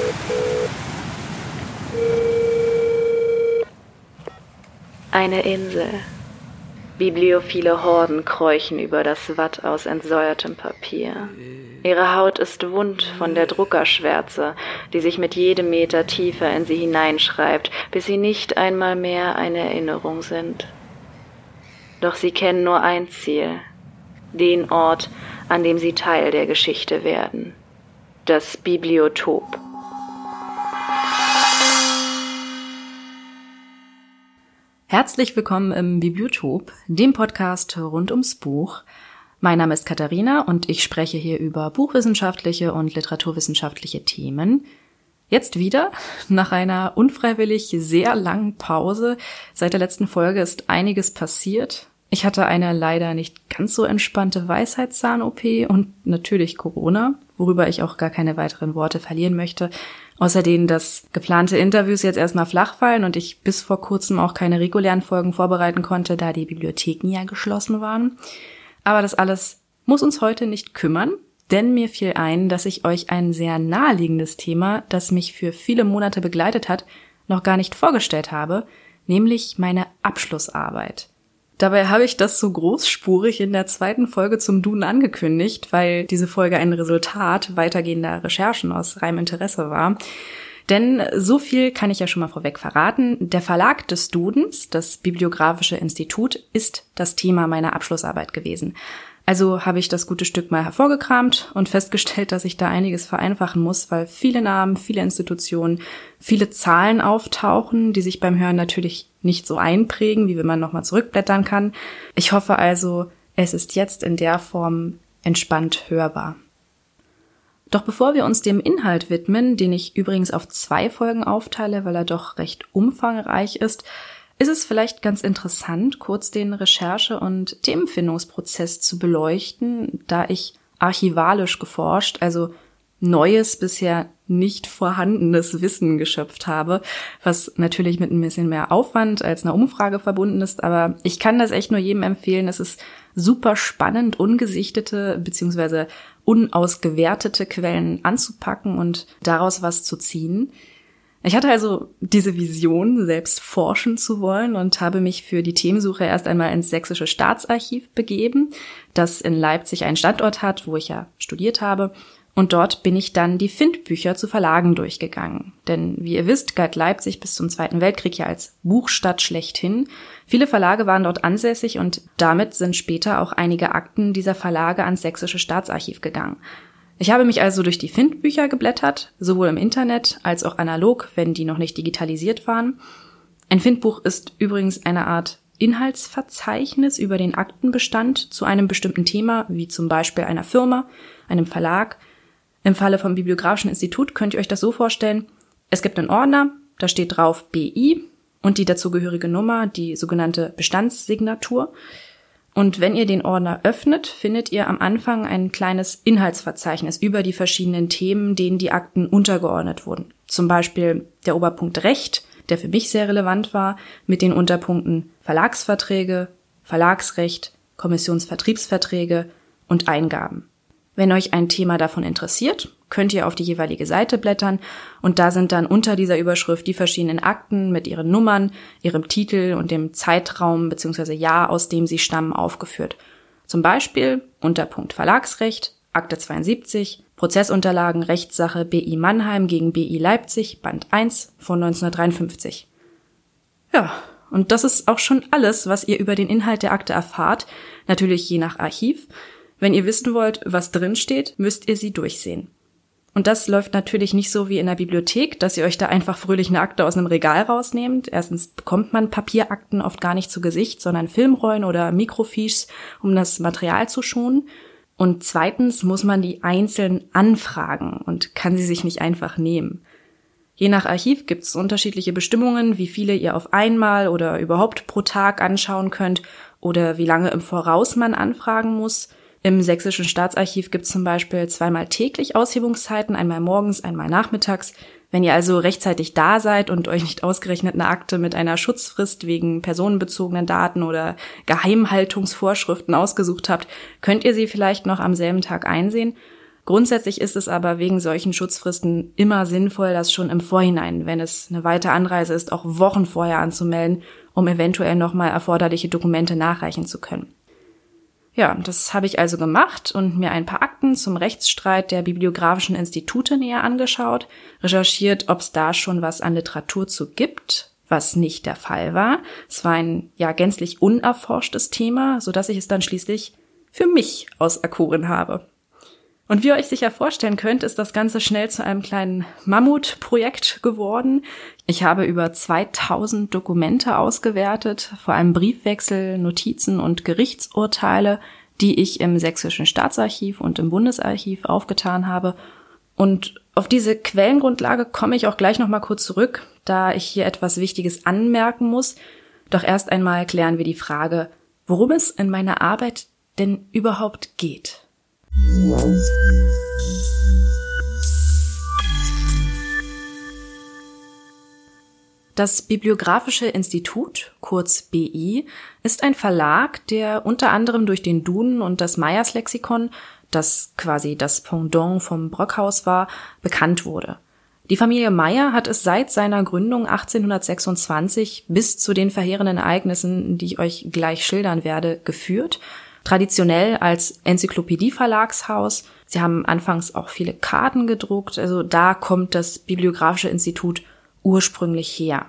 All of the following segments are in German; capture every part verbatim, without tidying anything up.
Eine Insel. Bibliophile Horden kräuchen über das Watt aus entsäuertem Papier. Ihre Haut ist wund von der Druckerschwärze, die sich mit jedem Meter tiefer in sie hineinschreibt, bis sie nicht einmal mehr eine Erinnerung sind. Doch sie kennen nur ein Ziel, den Ort, an dem sie Teil der Geschichte werden. Das Bibliotop. Herzlich willkommen im Bibliotop, dem Podcast rund ums Buch. Mein Name ist Katharina und ich spreche hier über buchwissenschaftliche und literaturwissenschaftliche Themen. Jetzt wieder, nach einer unfreiwillig sehr langen Pause. Seit der letzten Folge ist einiges passiert. Ich hatte eine leider nicht ganz so entspannte Weisheitszahn-O P und natürlich Corona, worüber ich auch gar keine weiteren Worte verlieren möchte. Außerdem, dass geplante Interviews jetzt erstmal flach fallen und ich bis vor kurzem auch keine regulären Folgen vorbereiten konnte, da die Bibliotheken ja geschlossen waren. Aber das alles muss uns heute nicht kümmern, denn mir fiel ein, dass ich euch ein sehr naheliegendes Thema, das mich für viele Monate begleitet hat, noch gar nicht vorgestellt habe, nämlich meine Abschlussarbeit. Dabei habe ich das so großspurig in der zweiten Folge zum Duden angekündigt, weil diese Folge ein Resultat weitergehender Recherchen aus reinem Interesse war. Denn so viel kann ich ja schon mal vorweg verraten. Der Verlag des Dudens, das Bibliographische Institut, ist das Thema meiner Abschlussarbeit gewesen. Also habe ich das gute Stück mal hervorgekramt und festgestellt, dass ich da einiges vereinfachen muss, weil viele Namen, viele Institutionen, viele Zahlen auftauchen, die sich beim Hören natürlich nicht so einprägen, wie wenn man nochmal zurückblättern kann. Ich hoffe also, es ist jetzt in der Form entspannt hörbar. Doch bevor wir uns dem Inhalt widmen, den ich übrigens auf zwei Folgen aufteile, weil er doch recht umfangreich ist, ist es vielleicht ganz interessant, kurz den Recherche- und Themenfindungsprozess zu beleuchten, da ich archivalisch geforscht, also neues, bisher nicht vorhandenes Wissen geschöpft habe, was natürlich mit ein bisschen mehr Aufwand als einer Umfrage verbunden ist, aber ich kann das echt nur jedem empfehlen. Es ist super spannend, ungesichtete bzw. unausgewertete Quellen anzupacken und daraus was zu ziehen. Ich hatte also diese Vision, selbst forschen zu wollen und habe mich für die Themensuche erst einmal ins Sächsische Staatsarchiv begeben, das in Leipzig einen Standort hat, wo ich ja studiert habe. Und dort bin ich dann die Findbücher zu Verlagen durchgegangen. Denn wie ihr wisst, galt Leipzig bis zum Zweiten Weltkrieg ja als Buchstadt schlechthin. Viele Verlage waren dort ansässig und damit sind später auch einige Akten dieser Verlage ans Sächsische Staatsarchiv gegangen. Ich habe mich also durch die Findbücher geblättert, sowohl im Internet als auch analog, wenn die noch nicht digitalisiert waren. Ein Findbuch ist übrigens eine Art Inhaltsverzeichnis über den Aktenbestand zu einem bestimmten Thema, wie zum Beispiel einer Firma, einem Verlag. Im Falle vom Bibliographischen Institut könnt ihr euch das so vorstellen, es gibt einen Ordner, da steht drauf B I und die dazugehörige Nummer, die sogenannte Bestandssignatur. Und wenn ihr den Ordner öffnet, findet ihr am Anfang ein kleines Inhaltsverzeichnis über die verschiedenen Themen, denen die Akten untergeordnet wurden. Zum Beispiel der Oberpunkt Recht, der für mich sehr relevant war, mit den Unterpunkten Verlagsverträge, Verlagsrecht, Kommissionsvertriebsverträge und Eingaben. Wenn euch ein Thema davon interessiert, könnt ihr auf die jeweilige Seite blättern und da sind dann unter dieser Überschrift die verschiedenen Akten mit ihren Nummern, ihrem Titel und dem Zeitraum bzw. Jahr, aus dem sie stammen, aufgeführt. Zum Beispiel Unterpunkt Verlagsrecht, Akte zweiundsiebzig, Prozessunterlagen, Rechtssache B I Mannheim gegen B I Leipzig, Band eins von neunzehnhundertdreiundfünfzig. Ja, und das ist auch schon alles, was ihr über den Inhalt der Akte erfahrt, natürlich je nach Archiv. Wenn ihr wissen wollt, was drin steht, müsst ihr sie durchsehen. Und das läuft natürlich nicht so wie in der Bibliothek, dass ihr euch da einfach fröhlich eine Akte aus einem Regal rausnehmt. Erstens bekommt man Papierakten oft gar nicht zu Gesicht, sondern Filmrollen oder Mikrofiches, um das Material zu schonen. Und zweitens muss man die einzeln anfragen und kann sie sich nicht einfach nehmen. Je nach Archiv gibt es unterschiedliche Bestimmungen, wie viele ihr auf einmal oder überhaupt pro Tag anschauen könnt oder wie lange im Voraus man anfragen muss. Im Sächsischen Staatsarchiv gibt es zum Beispiel zweimal täglich Aushebungszeiten, einmal morgens, einmal nachmittags. Wenn ihr also rechtzeitig da seid und euch nicht ausgerechnet eine Akte mit einer Schutzfrist wegen personenbezogenen Daten oder Geheimhaltungsvorschriften ausgesucht habt, könnt ihr sie vielleicht noch am selben Tag einsehen. Grundsätzlich ist es aber wegen solchen Schutzfristen immer sinnvoll, das schon im Vorhinein, wenn es eine weite Anreise ist, auch Wochen vorher anzumelden, um eventuell nochmal erforderliche Dokumente nachreichen zu können. Ja, das habe ich also gemacht und mir ein paar Akten zum Rechtsstreit der bibliografischen Institute näher angeschaut, recherchiert, ob es da schon was an Literatur zu gibt, was nicht der Fall war. Es war ein ja gänzlich unerforschtes Thema, sodass ich es dann schließlich für mich auserkoren habe. Und wie ihr euch sicher vorstellen könnt, ist das Ganze schnell zu einem kleinen Mammutprojekt geworden. Ich habe über zweitausend Dokumente ausgewertet, vor allem Briefwechsel, Notizen und Gerichtsurteile, die ich im Sächsischen Staatsarchiv und im Bundesarchiv aufgetan habe. Und auf diese Quellengrundlage komme ich auch gleich nochmal kurz zurück, da ich hier etwas Wichtiges anmerken muss. Doch erst einmal klären wir die Frage, worum es in meiner Arbeit denn überhaupt geht. Das Bibliografische Institut, kurz B I, ist ein Verlag, der unter anderem durch den Duden und das Meyers-Lexikon, das quasi das Pendant vom Brockhaus war, bekannt wurde. Die Familie Meyer hat es seit seiner Gründung achtzehnhundertsechsundzwanzig bis zu den verheerenden Ereignissen, die ich euch gleich schildern werde, geführt. Traditionell als Enzyklopädie-Verlagshaus. Sie haben anfangs auch viele Karten gedruckt, also da kommt das Bibliografische Institut ursprünglich her.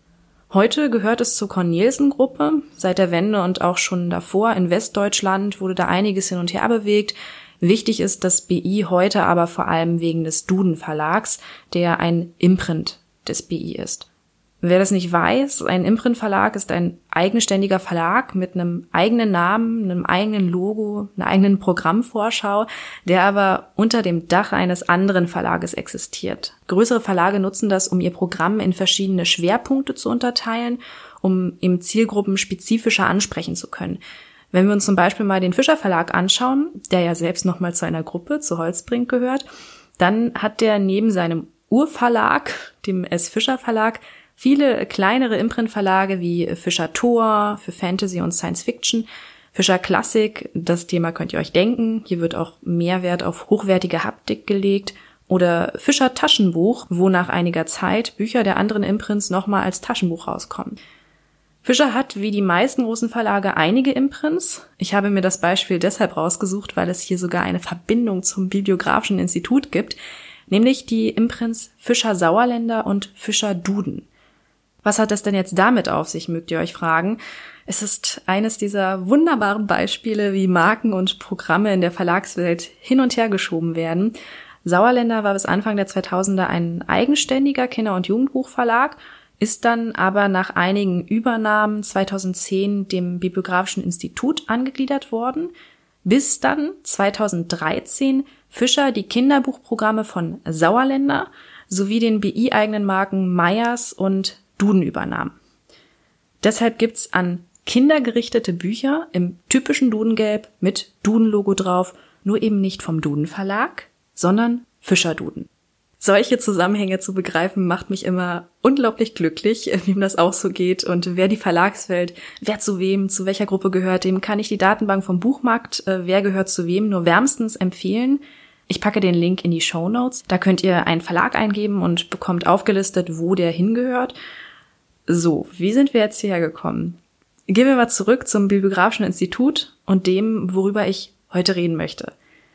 Heute gehört es zur Cornelsen-Gruppe. Seit der Wende und auch schon davor in Westdeutschland wurde da einiges hin und her bewegt. Wichtig ist das B I heute aber vor allem wegen des Duden-Verlags, der ein Imprint des B I ist. Wer das nicht weiß, ein Imprint-Verlag ist ein eigenständiger Verlag mit einem eigenen Namen, einem eigenen Logo, einer eigenen Programmvorschau, der aber unter dem Dach eines anderen Verlages existiert. Größere Verlage nutzen das, um ihr Programm in verschiedene Schwerpunkte zu unterteilen, um eben Zielgruppen spezifischer ansprechen zu können. Wenn wir uns zum Beispiel mal den Fischer Verlag anschauen, der ja selbst nochmal zu einer Gruppe, zu Holzbrink gehört, dann hat der neben seinem Urverlag, dem S. Fischer Verlag, viele kleinere Imprint-Verlage wie Fischer Thor für Fantasy und Science Fiction, Fischer Klassik, das Thema könnt ihr euch denken, hier wird auch Mehrwert auf hochwertige Haptik gelegt, oder Fischer Taschenbuch, wo nach einiger Zeit Bücher der anderen Imprints nochmal als Taschenbuch rauskommen. Fischer hat wie die meisten großen Verlage einige Imprints. Ich habe mir das Beispiel deshalb rausgesucht, weil es hier sogar eine Verbindung zum Bibliografischen Institut gibt, nämlich die Imprints Fischer Sauerländer und Fischer Duden. Was hat das denn jetzt damit auf sich, mögt ihr euch fragen? Es ist eines dieser wunderbaren Beispiele, wie Marken und Programme in der Verlagswelt hin und her geschoben werden. Sauerländer war bis Anfang der zweitausender ein eigenständiger Kinder- und Jugendbuchverlag, ist dann aber nach einigen Übernahmen zweitausendzehn dem Bibliografischen Institut angegliedert worden, bis dann zweitausenddreizehn Fischer die Kinderbuchprogramme von Sauerländer sowie den B I-eigenen Marken Meyers und Duden übernahm. Deshalb gibt's an Kinder gerichtete Bücher im typischen Dudengelb mit Duden-Logo drauf, nur eben nicht vom Duden-Verlag, sondern Fischer Duden. Solche Zusammenhänge zu begreifen, macht mich immer unglaublich glücklich, wem das auch so geht und wer die Verlagswelt, wer zu wem, zu welcher Gruppe gehört, dem kann ich die Datenbank vom Buchmarkt, äh, wer gehört zu wem, nur wärmstens empfehlen. Ich packe den Link in die Shownotes, da könnt ihr einen Verlag eingeben und bekommt aufgelistet, wo der hingehört. So, wie sind wir jetzt hierher gekommen? Gehen wir mal zurück zum Bibliografischen Institut und dem, worüber ich heute reden möchte.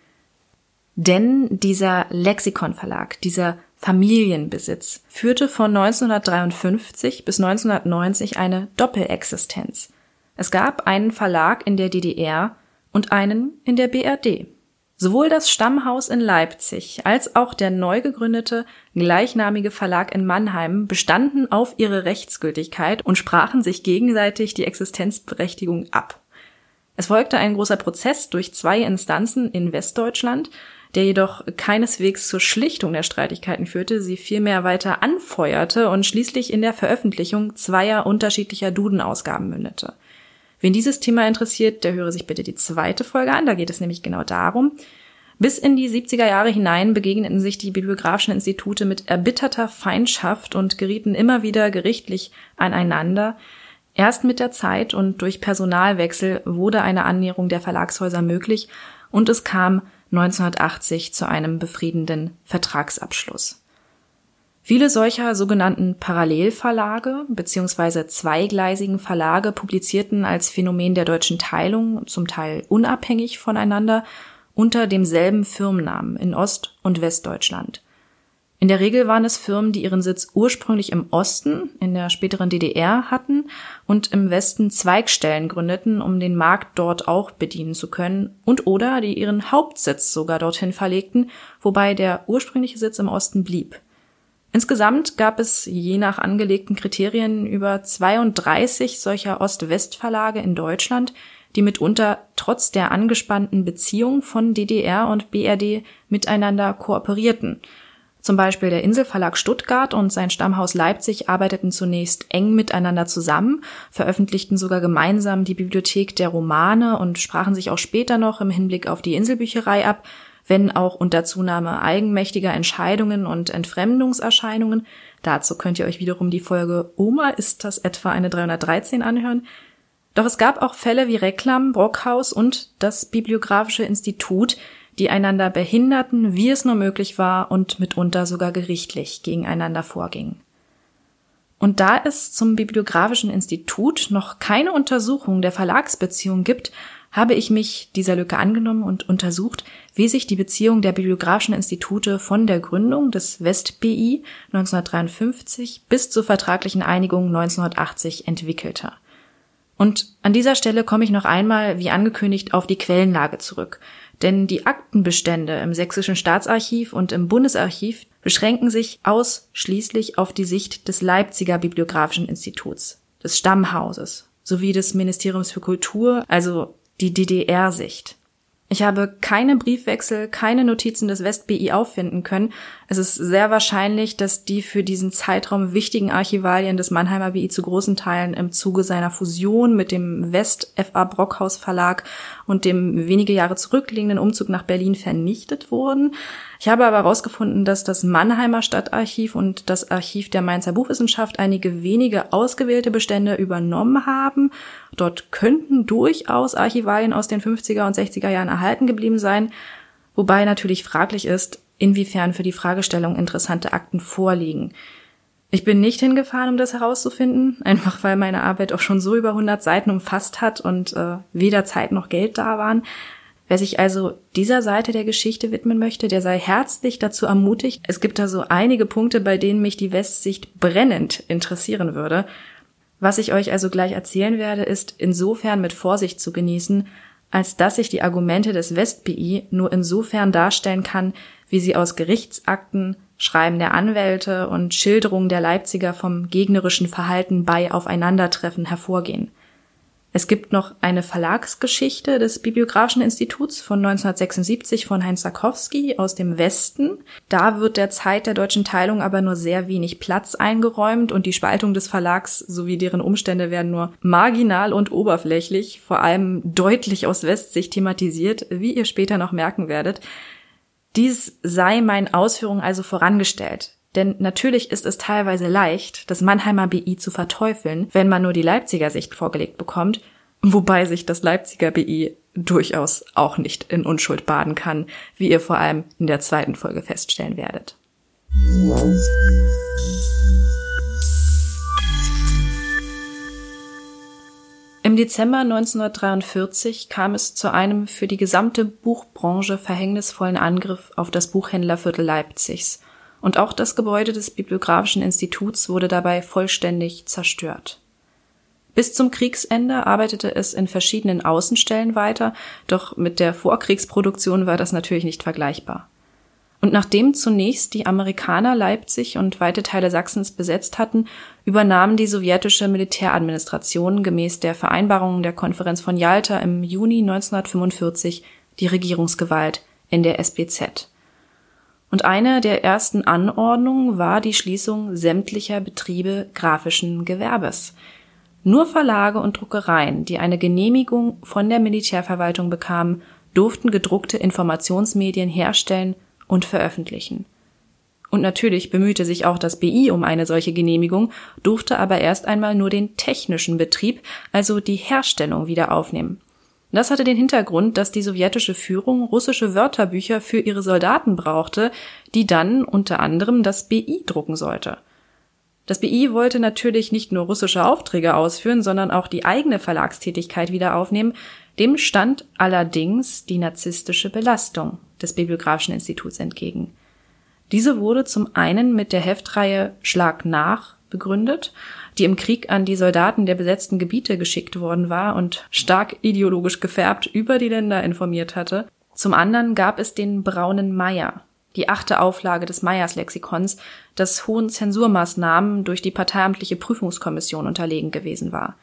Denn dieser Lexikon-Verlag, dieser Familienbesitz, führte von neunzehnhundertdreiundfünfzig bis neunzehnhundertneunzig eine Doppelexistenz. Es gab einen Verlag in der D D R und einen in der B R D. Sowohl das Stammhaus in Leipzig als auch der neu gegründete gleichnamige Verlag in Mannheim bestanden auf ihre Rechtsgültigkeit und sprachen sich gegenseitig die Existenzberechtigung ab. Es folgte ein großer Prozess durch zwei Instanzen in Westdeutschland, der jedoch keineswegs zur Schlichtung der Streitigkeiten führte, sie vielmehr weiter anfeuerte und schließlich in der Veröffentlichung zweier unterschiedlicher Duden-Ausgaben mündete. Wen dieses Thema interessiert, der höre sich bitte die zweite Folge an, da geht es nämlich genau darum. Bis in die siebziger Jahre hinein begegneten sich die bibliografischen Institute mit erbitterter Feindschaft und gerieten immer wieder gerichtlich aneinander. Erst mit der Zeit und durch Personalwechsel wurde eine Annäherung der Verlagshäuser möglich und es kam neunzehnhundertachtzig zu einem befriedenden Vertragsabschluss. Viele solcher sogenannten Parallelverlage bzw. zweigleisigen Verlage publizierten als Phänomen der deutschen Teilung, zum Teil unabhängig voneinander, unter demselben Firmennamen in Ost- und Westdeutschland. In der Regel waren es Firmen, die ihren Sitz ursprünglich im Osten, in der späteren D D R, hatten und im Westen Zweigstellen gründeten, um den Markt dort auch bedienen zu können, und oder die ihren Hauptsitz sogar dorthin verlegten, wobei der ursprüngliche Sitz im Osten blieb. Insgesamt gab es je nach angelegten Kriterien über zweiunddreißig solcher Ost-West-Verlage in Deutschland, die mitunter trotz der angespannten Beziehung von D D R und B R D miteinander kooperierten. Zum Beispiel der Inselverlag Stuttgart und sein Stammhaus Leipzig arbeiteten zunächst eng miteinander zusammen, veröffentlichten sogar gemeinsam die Bibliothek der Romane und sprachen sich auch später noch im Hinblick auf die Inselbücherei ab, wenn auch unter Zunahme eigenmächtiger Entscheidungen und Entfremdungserscheinungen. Dazu könnt ihr euch wiederum die Folge Oma, ist das etwa eine dreihundertdreizehn anhören. Doch es gab auch Fälle wie Reklam, Brockhaus und das Bibliographische Institut, die einander behinderten, wie es nur möglich war und mitunter sogar gerichtlich gegeneinander vorgingen. Und da es zum Bibliographischen Institut noch keine Untersuchung der Verlagsbeziehung gibt, habe ich mich dieser Lücke angenommen und untersucht, wie sich die Beziehung der bibliographischen Institute von der Gründung des West-B I neunzehnhundertdreiundfünfzig bis zur vertraglichen Einigung neunzehnhundertachtzig entwickelte. Und an dieser Stelle komme ich noch einmal, wie angekündigt, auf die Quellenlage zurück. Denn die Aktenbestände im Sächsischen Staatsarchiv und im Bundesarchiv beschränken sich ausschließlich auf die Sicht des Leipziger Bibliographischen Instituts, des Stammhauses, sowie des Ministeriums für Kultur, also die D D R-Sicht. Ich habe keine Briefwechsel, keine Notizen des West-B I auffinden können. Es ist sehr wahrscheinlich, dass die für diesen Zeitraum wichtigen Archivalien des Mannheimer B I zu großen Teilen im Zuge seiner Fusion mit dem West-F A Brockhaus Verlag und dem wenige Jahre zurückliegenden Umzug nach Berlin vernichtet wurden. Ich habe aber herausgefunden, dass das Mannheimer Stadtarchiv und das Archiv der Mainzer Buchwissenschaft einige wenige ausgewählte Bestände übernommen haben. Dort könnten durchaus Archivalien aus den fünfziger und sechziger Jahren erhalten geblieben sein, wobei natürlich fraglich ist, inwiefern für die Fragestellung interessante Akten vorliegen. Ich bin nicht hingefahren, um das herauszufinden, einfach weil meine Arbeit auch schon so über hundert Seiten umfasst hat und äh, weder Zeit noch Geld da waren. Wer sich also dieser Seite der Geschichte widmen möchte, der sei herzlich dazu ermutigt. Es gibt da so einige Punkte, bei denen mich die Westsicht brennend interessieren würde. Was ich euch also gleich erzählen werde, ist insofern mit Vorsicht zu genießen, als dass ich die Argumente des West-B I nur insofern darstellen kann, wie sie aus Gerichtsakten, Schreiben der Anwälte und Schilderungen der Leipziger vom gegnerischen Verhalten bei Aufeinandertreffen hervorgehen. Es gibt noch eine Verlagsgeschichte des Bibliographischen Instituts von neunzehnhundertsechsundsiebzig von Heinz Sarkowski aus dem Westen. Da wird der Zeit der deutschen Teilung aber nur sehr wenig Platz eingeräumt und die Spaltung des Verlags sowie deren Umstände werden nur marginal und oberflächlich, vor allem deutlich aus Westsicht thematisiert, wie ihr später noch merken werdet. Dies sei meinen Ausführungen also vorangestellt. Denn natürlich ist es teilweise leicht, das Mannheimer B I zu verteufeln, wenn man nur die Leipziger Sicht vorgelegt bekommt, wobei sich das Leipziger B I durchaus auch nicht in Unschuld baden kann, wie ihr vor allem in der zweiten Folge feststellen werdet. Im Dezember neunzehnhundertdreiundvierzig kam es zu einem für die gesamte Buchbranche verhängnisvollen Angriff auf das Buchhändlerviertel Leipzigs. Und auch das Gebäude des Bibliographischen Instituts wurde dabei vollständig zerstört. Bis zum Kriegsende arbeitete es in verschiedenen Außenstellen weiter, doch mit der Vorkriegsproduktion war das natürlich nicht vergleichbar. Und nachdem zunächst die Amerikaner Leipzig und weite Teile Sachsens besetzt hatten, übernahm die sowjetische Militäradministration gemäß der Vereinbarung der Konferenz von Jalta im Juni neunzehnhundertfünfundvierzig die Regierungsgewalt in der S B Z. Und eine der ersten Anordnungen war die Schließung sämtlicher Betriebe graphischen Gewerbes. Nur Verlage und Druckereien, die eine Genehmigung von der Militärverwaltung bekamen, durften gedruckte Informationsmedien herstellen und veröffentlichen. Und natürlich bemühte sich auch das B I um eine solche Genehmigung, durfte aber erst einmal nur den technischen Betrieb, also die Herstellung, wieder aufnehmen. Das hatte den Hintergrund, dass die sowjetische Führung russische Wörterbücher für ihre Soldaten brauchte, die dann unter anderem das B I drucken sollte. Das B I wollte natürlich nicht nur russische Aufträge ausführen, sondern auch die eigene Verlagstätigkeit wieder aufnehmen. Dem stand allerdings die narzisstische Belastung des Bibliographischen Instituts entgegen. Diese wurde zum einen mit der Heftreihe Schlag nach begründet, die im Krieg an die Soldaten der besetzten Gebiete geschickt worden war und stark ideologisch gefärbt über die Länder informiert hatte. Zum anderen gab es den Braunen Meier, die achte Auflage des Meyers-Lexikons, das hohen Zensurmaßnahmen durch die parteiamtliche Prüfungskommission unterlegen gewesen war.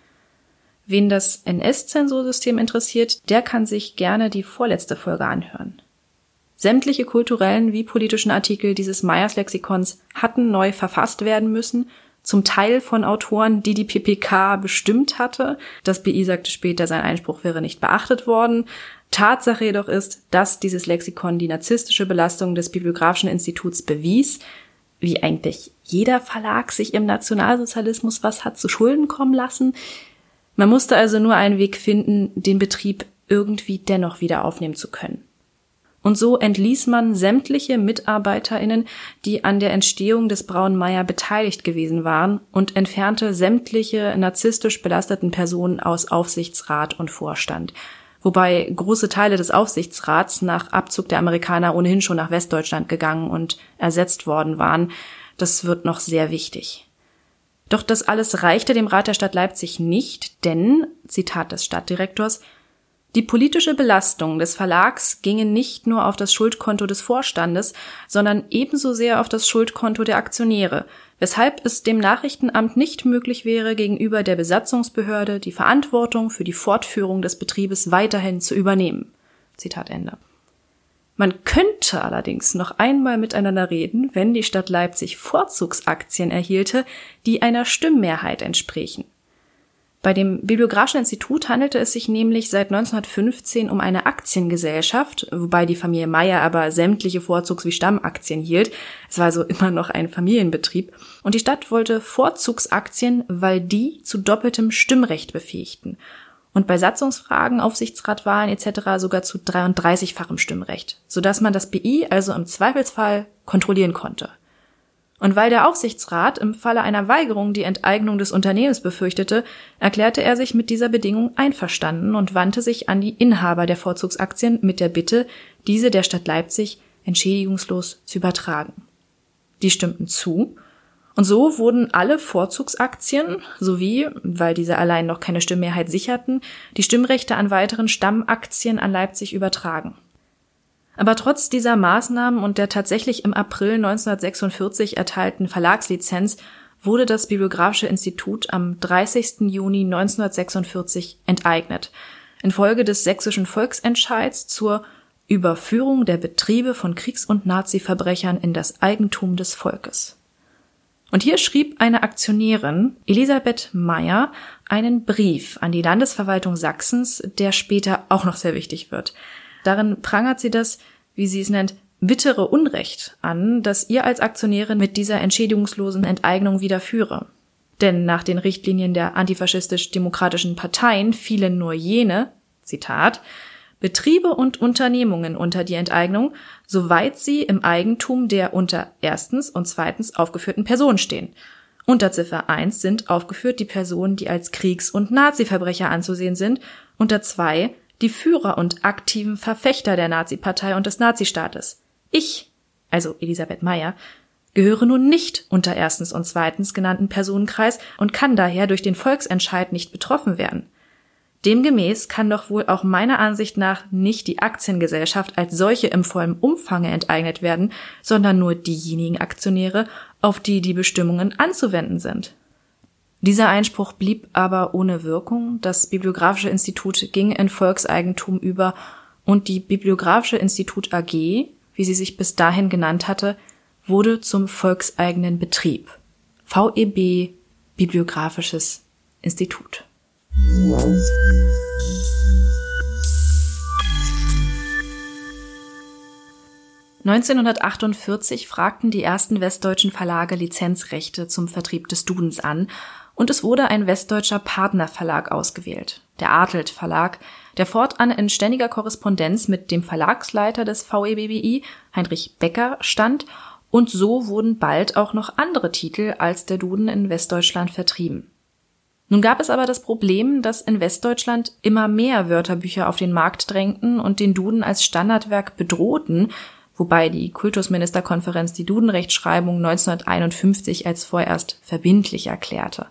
Wen das N S-Zensursystem interessiert, der kann sich gerne die vorletzte Folge anhören. Sämtliche kulturellen wie politischen Artikel dieses Meyers-Lexikons hatten neu verfasst werden müssen, zum Teil von Autoren, die die P P K bestimmt hatte. Das B I sagte später, sein Einspruch wäre nicht beachtet worden. Tatsache jedoch ist, dass dieses Lexikon die narzisstische Belastung des Bibliographischen Instituts bewies, wie eigentlich jeder Verlag sich im Nationalsozialismus was hat zu Schulden kommen lassen. Man musste also nur einen Weg finden, den Betrieb irgendwie dennoch wieder aufnehmen zu können. Und so entließ man sämtliche MitarbeiterInnen, die an der Entstehung des Braunen Meier beteiligt gewesen waren, und entfernte sämtliche narzisstisch belasteten Personen aus Aufsichtsrat und Vorstand. Wobei große Teile des Aufsichtsrats nach Abzug der Amerikaner ohnehin schon nach Westdeutschland gegangen und ersetzt worden waren. Das wird noch sehr wichtig. Doch das alles reichte dem Rat der Stadt Leipzig nicht, denn, Zitat des Stadtdirektors, die politische Belastung des Verlags ginge nicht nur auf das Schuldkonto des Vorstandes, sondern ebenso sehr auf das Schuldkonto der Aktionäre, weshalb es dem Nachrichtenamt nicht möglich wäre, gegenüber der Besatzungsbehörde die Verantwortung für die Fortführung des Betriebes weiterhin zu übernehmen. Zitat Ende. Man könnte allerdings noch einmal miteinander reden, wenn die Stadt Leipzig Vorzugsaktien erhielte, die einer Stimmmehrheit entsprächen. Bei dem Bibliographischen Institut handelte es sich nämlich seit neunzehnhundertfünfzehn um eine Aktiengesellschaft, wobei die Familie Meier aber sämtliche Vorzugs- wie Stammaktien hielt. Es war also immer noch ein Familienbetrieb. Und die Stadt wollte Vorzugsaktien, weil die zu doppeltem Stimmrecht befähigten. Und bei Satzungsfragen, Aufsichtsratwahlen et cetera sogar zu dreiunddreißigfachem Stimmrecht, sodass man das B I also im Zweifelsfall kontrollieren konnte. Und weil der Aufsichtsrat im Falle einer Weigerung die Enteignung des Unternehmens befürchtete, erklärte er sich mit dieser Bedingung einverstanden und wandte sich an die Inhaber der Vorzugsaktien mit der Bitte, diese der Stadt Leipzig entschädigungslos zu übertragen. Die stimmten zu, und so wurden alle Vorzugsaktien sowie, weil diese allein noch keine Stimmmehrheit sicherten, die Stimmrechte an weiteren Stammaktien an Leipzig übertragen. Aber trotz dieser Maßnahmen und der tatsächlich im April neunzehnhundertsechsundvierzig erteilten Verlagslizenz wurde das Bibliographische Institut am dreißigsten Juni neunzehnhundertsechsundvierzig enteignet, infolge des sächsischen Volksentscheids zur Überführung der Betriebe von Kriegs- und Nazi-Verbrechern in das Eigentum des Volkes. Und hier schrieb eine Aktionärin, Elisabeth Meier, einen Brief an die Landesverwaltung Sachsens, der später auch noch sehr wichtig wird. Darin prangert sie das, wie sie es nennt, bittere Unrecht an, das ihr als Aktionärin mit dieser entschädigungslosen Enteignung widerführe. Denn nach den Richtlinien der antifaschistisch-demokratischen Parteien fielen nur jene, Zitat, Betriebe und Unternehmungen unter die Enteignung, soweit sie im Eigentum der unter erstens und zweitens aufgeführten Personen stehen. Unter Ziffer eins sind aufgeführt die Personen, die als Kriegs- und Nazi-Verbrecher anzusehen sind, unter zwei die Führer und aktiven Verfechter der Nazi-Partei und des Nazistaates. Ich, also Elisabeth Meier, gehöre nun nicht unter erstens und zweitens genannten Personenkreis und kann daher durch den Volksentscheid nicht betroffen werden. Demgemäß kann doch wohl auch meiner Ansicht nach nicht die Aktiengesellschaft als solche im vollen Umfange enteignet werden, sondern nur diejenigen Aktionäre, auf die die Bestimmungen anzuwenden sind. Dieser Einspruch blieb aber ohne Wirkung. Das Bibliographische Institut ging in Volkseigentum über und die Bibliographische Institut A G, wie sie sich bis dahin genannt hatte, wurde zum volkseigenen Betrieb. V E B Bibliographisches Institut. neunzehnhundertachtundvierzig fragten die ersten westdeutschen Verlage Lizenzrechte zum Vertrieb des Dudens an, und es wurde ein westdeutscher Partnerverlag ausgewählt, der Artelt Verlag, der fortan in ständiger Korrespondenz mit dem Verlagsleiter des V E B B I, Heinrich Becker, stand, und so wurden bald auch noch andere Titel als der Duden in Westdeutschland vertrieben. Nun gab es aber das Problem, dass in Westdeutschland immer mehr Wörterbücher auf den Markt drängten und den Duden als Standardwerk bedrohten, wobei die Kultusministerkonferenz die Dudenrechtschreibung neunzehnhunderteinundfünfzig als vorerst verbindlich erklärte.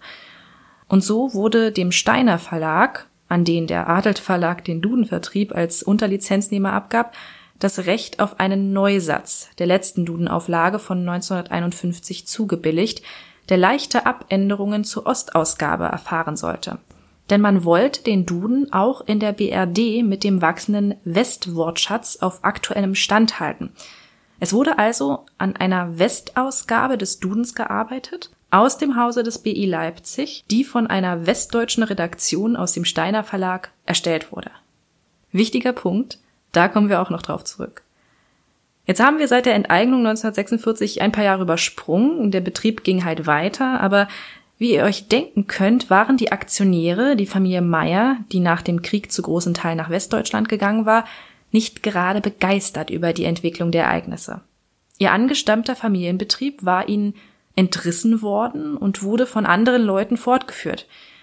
Und so wurde dem Steiner Verlag, an den der Artelt Verlag den Dudenvertrieb als Unterlizenznehmer abgab, das Recht auf einen Neusatz der letzten Dudenauflage von neunzehnhunderteinundfünfzig zugebilligt, der leichte Abänderungen zur Ostausgabe erfahren sollte. Denn man wollte den Duden auch in der B R D mit dem wachsenden Westwortschatz auf aktuellem Stand halten. Es wurde also an einer Westausgabe des Dudens gearbeitet, aus dem Hause des B I Leipzig, die von einer westdeutschen Redaktion aus dem Steiner Verlag erstellt wurde. Wichtiger Punkt, da kommen wir auch noch drauf zurück. Jetzt haben wir seit der Enteignung neunzehnhundertsechsundvierzig ein paar Jahre übersprungen. Der Betrieb ging halt weiter, aber wie ihr euch denken könnt, waren die Aktionäre, die Familie Meyer, die nach dem Krieg zu großen Teilen nach Westdeutschland gegangen war, nicht gerade begeistert über die Entwicklung der Ereignisse. Ihr angestammter Familienbetrieb war ihnen entrissen worden und wurde von anderen Leuten fortgeführt.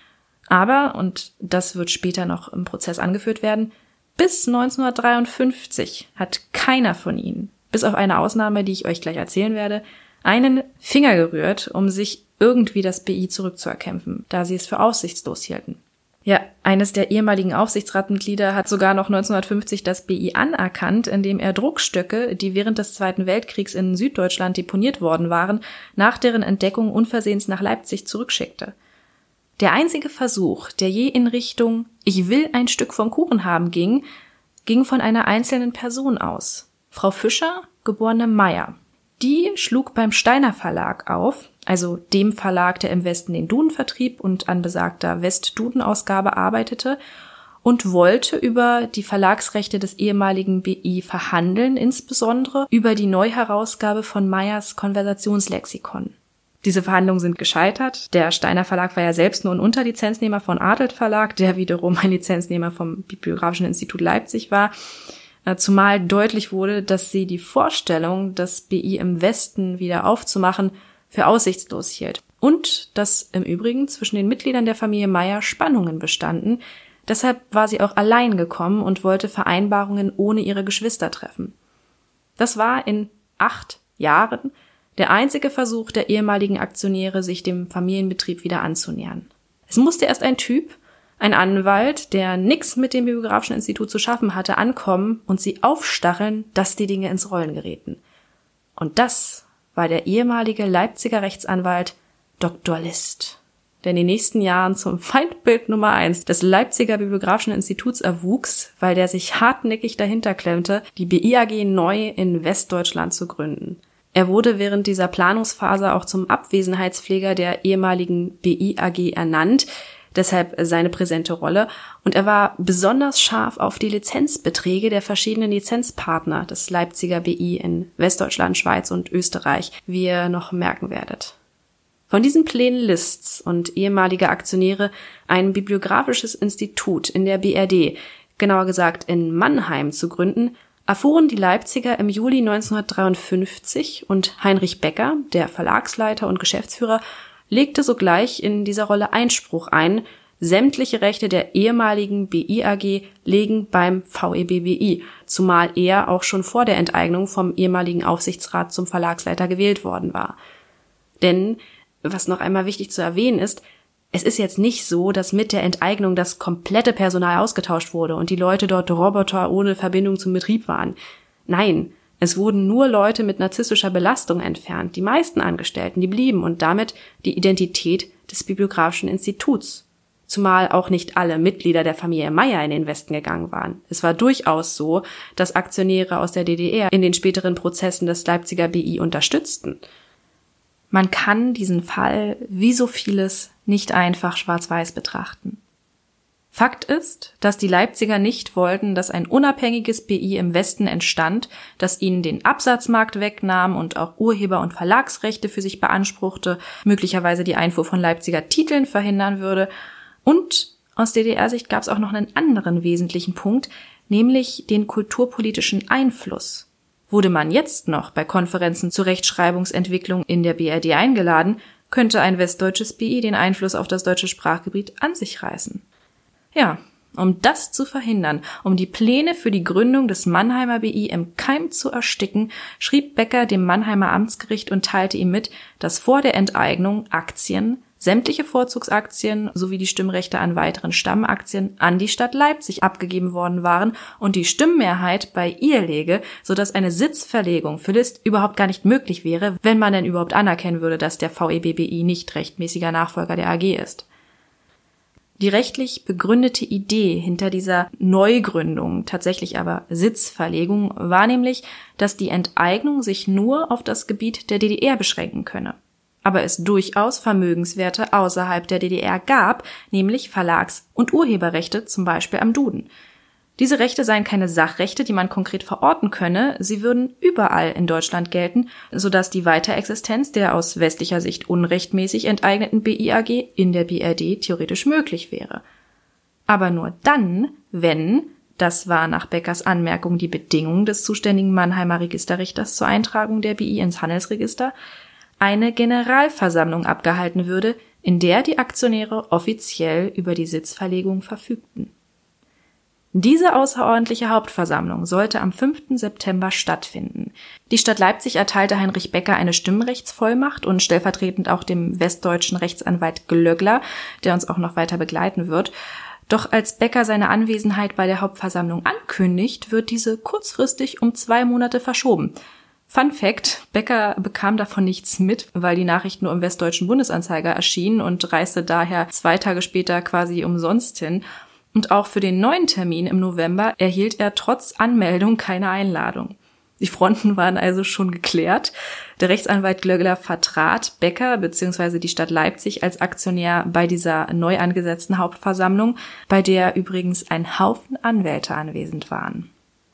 Aber, und das wird später noch im Prozess angeführt werden, bis neunzehnhundertdreiundfünfzig hat keiner von ihnen, bis auf eine Ausnahme, die ich euch gleich erzählen werde, einen Finger gerührt, um sich irgendwie das B I zurückzuerkämpfen, da sie es für aussichtslos hielten. Ja, eines der ehemaligen Aufsichtsratmitglieder hat sogar noch neunzehnhundertfünfzig das B I anerkannt, indem er Druckstöcke, die während des Zweiten Weltkriegs in Süddeutschland deponiert worden waren, nach deren Entdeckung unversehens nach Leipzig zurückschickte. Der einzige Versuch, der je in Richtung „Ich will ein Stück vom Kuchen haben" ging, ging von einer einzelnen Person aus. Frau Fischer, geborene Meyer. Die schlug beim Steiner Verlag auf, also dem Verlag, der im Westen den Duden vertrieb und an besagter West-Duden-Ausgabe arbeitete, und wollte über die Verlagsrechte des ehemaligen B I verhandeln, insbesondere über die Neuherausgabe von Meyers Konversationslexikon. Diese Verhandlungen sind gescheitert. Der Steiner Verlag war ja selbst nur ein Unterlizenznehmer von Artelt Verlag, der wiederum ein Lizenznehmer vom Bibliographischen Institut Leipzig war. Zumal deutlich wurde, dass sie die Vorstellung, das B I im Westen wieder aufzumachen, für aussichtslos hielt. Und dass im Übrigen zwischen den Mitgliedern der Familie Meyer Spannungen bestanden. Deshalb war sie auch allein gekommen und wollte Vereinbarungen ohne ihre Geschwister treffen. Das war in acht Jahren der einzige Versuch der ehemaligen Aktionäre, sich dem Familienbetrieb wieder anzunähern. Es musste erst ein Typ, ein Anwalt, der nix mit dem Bibliographischen Institut zu schaffen hatte, ankommen und sie aufstacheln, dass die Dinge ins Rollen gerieten. Und das war der ehemalige Leipziger Rechtsanwalt Doktor List, der in den nächsten Jahren zum Feindbild Nummer eins des Leipziger Bibliographischen Instituts erwuchs, weil der sich hartnäckig dahinter klemmte, die B I A G neu in Westdeutschland zu gründen. Er wurde während dieser Planungsphase auch zum Abwesenheitspfleger der ehemaligen B I A G ernannt, deshalb seine präsente Rolle, und er war besonders scharf auf die Lizenzbeträge der verschiedenen Lizenzpartner des Leipziger B I in Westdeutschland, Schweiz und Österreich, wie ihr noch merken werdet. Von diesen Plänen Lists und ehemaliger Aktionäre ein bibliographisches Institut in der B R D, genauer gesagt in Mannheim, zu gründen, erfuhren die Leipziger im Juli neunzehnhundertdreiundfünfzig und Heinrich Becker, der Verlagsleiter und Geschäftsführer, legte sogleich in dieser Rolle Einspruch ein, sämtliche Rechte der ehemaligen B I A G liegen beim V E B B I, zumal er auch schon vor der Enteignung vom ehemaligen Aufsichtsrat zum Verlagsleiter gewählt worden war. Denn, was noch einmal wichtig zu erwähnen ist, es ist jetzt nicht so, dass mit der Enteignung das komplette Personal ausgetauscht wurde und die Leute dort Roboter ohne Verbindung zum Betrieb waren. Nein, es wurden nur Leute mit narzisstischer Belastung entfernt. Die meisten Angestellten, die blieben, und damit die Identität des Bibliographischen Instituts. Zumal auch nicht alle Mitglieder der Familie Meyer in den Westen gegangen waren. Es war durchaus so, dass Aktionäre aus der D D R in den späteren Prozessen des Leipziger B I unterstützten. Man kann diesen Fall, wie so vieles, nicht einfach schwarz-weiß betrachten. Fakt ist, dass die Leipziger nicht wollten, dass ein unabhängiges B I im Westen entstand, das ihnen den Absatzmarkt wegnahm und auch Urheber- und Verlagsrechte für sich beanspruchte, möglicherweise die Einfuhr von Leipziger Titeln verhindern würde. Und aus D D R-Sicht gab es auch noch einen anderen wesentlichen Punkt, nämlich den kulturpolitischen Einfluss. Wurde man jetzt noch bei Konferenzen zur Rechtschreibungsentwicklung in der B R D eingeladen, könnte ein westdeutsches B I den Einfluss auf das deutsche Sprachgebiet an sich reißen. Ja, um das zu verhindern, um die Pläne für die Gründung des Mannheimer B I im Keim zu ersticken, schrieb Becker dem Mannheimer Amtsgericht und teilte ihm mit, dass vor der Enteignung Aktien, sämtliche Vorzugsaktien sowie die Stimmrechte an weiteren Stammaktien an die Stadt Leipzig abgegeben worden waren und die Stimmmehrheit bei ihr läge, sodass eine Sitzverlegung für List überhaupt gar nicht möglich wäre, wenn man denn überhaupt anerkennen würde, dass der V E B B I nicht rechtmäßiger Nachfolger der A G ist. Die rechtlich begründete Idee hinter dieser Neugründung, tatsächlich aber Sitzverlegung, war nämlich, dass die Enteignung sich nur auf das Gebiet der D D R beschränken könne. Aber es durchaus Vermögenswerte außerhalb der D D R gab, nämlich Verlags- und Urheberrechte, zum Beispiel am Duden. Diese Rechte seien keine Sachrechte, die man konkret verorten könne, sie würden überall in Deutschland gelten, sodass die Weiterexistenz der aus westlicher Sicht unrechtmäßig enteigneten B I A G in der B R D theoretisch möglich wäre. Aber nur dann, wenn, das war nach Beckers Anmerkung die Bedingung des zuständigen Mannheimer Registerrichters zur Eintragung der B I ins Handelsregister, eine Generalversammlung abgehalten würde, in der die Aktionäre offiziell über die Sitzverlegung verfügten. Diese außerordentliche Hauptversammlung sollte am fünften September stattfinden. Die Stadt Leipzig erteilte Heinrich Becker eine Stimmrechtsvollmacht und stellvertretend auch dem westdeutschen Rechtsanwalt Glöggler, der uns auch noch weiter begleiten wird. Doch als Becker seine Anwesenheit bei der Hauptversammlung ankündigt, wird diese kurzfristig um zwei Monate verschoben. Fun Fact: Becker bekam davon nichts mit, weil die Nachricht nur im Westdeutschen Bundesanzeiger erschien und reiste daher zwei Tage später quasi umsonst hin. Und auch für den neuen Termin im November erhielt er trotz Anmeldung keine Einladung. Die Fronten waren also schon geklärt. Der Rechtsanwalt Glöggler vertrat Becker bzw. die Stadt Leipzig als Aktionär bei dieser neu angesetzten Hauptversammlung, bei der übrigens ein Haufen Anwälte anwesend waren.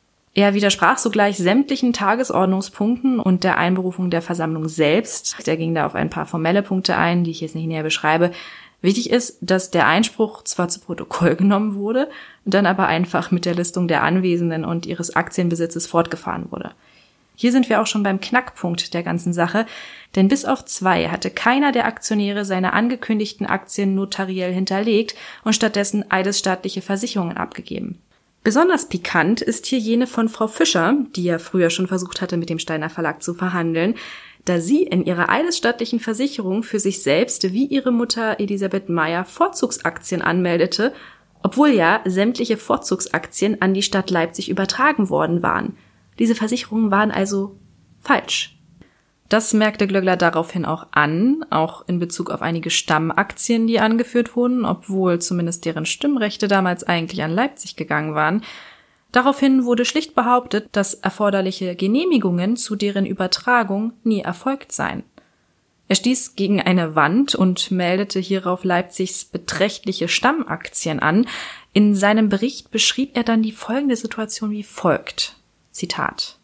Er widersprach sogleich sämtlichen Tagesordnungspunkten und der Einberufung der Versammlung selbst. Der ging da auf ein paar formelle Punkte ein, die ich jetzt nicht näher beschreibe. Wichtig ist, dass der Einspruch zwar zu Protokoll genommen wurde, dann aber einfach mit der Listung der Anwesenden und ihres Aktienbesitzes fortgefahren wurde. Hier sind wir auch schon beim Knackpunkt der ganzen Sache, denn bis auf zwei hatte keiner der Aktionäre seine angekündigten Aktien notariell hinterlegt und stattdessen eidesstattliche Versicherungen abgegeben. Besonders pikant ist hier jene von Frau Fischer, die ja früher schon versucht hatte, mit dem Steiner Verlag zu verhandeln, da sie in ihrer eidesstattlichen Versicherung für sich selbst wie ihre Mutter Elisabeth Meyer Vorzugsaktien anmeldete, obwohl ja sämtliche Vorzugsaktien an die Stadt Leipzig übertragen worden waren. Diese Versicherungen waren also falsch. Das merkte Glöggler daraufhin auch an, auch in Bezug auf einige Stammaktien, die angeführt wurden, obwohl zumindest deren Stimmrechte damals eigentlich an Leipzig gegangen waren. Daraufhin wurde schlicht behauptet, dass erforderliche Genehmigungen zu deren Übertragung nie erfolgt seien. Er stieß gegen eine Wand und meldete hierauf Leipzigs beträchtliche Stammaktien an. In seinem Bericht beschrieb er dann die folgende Situation wie folgt. Zitat: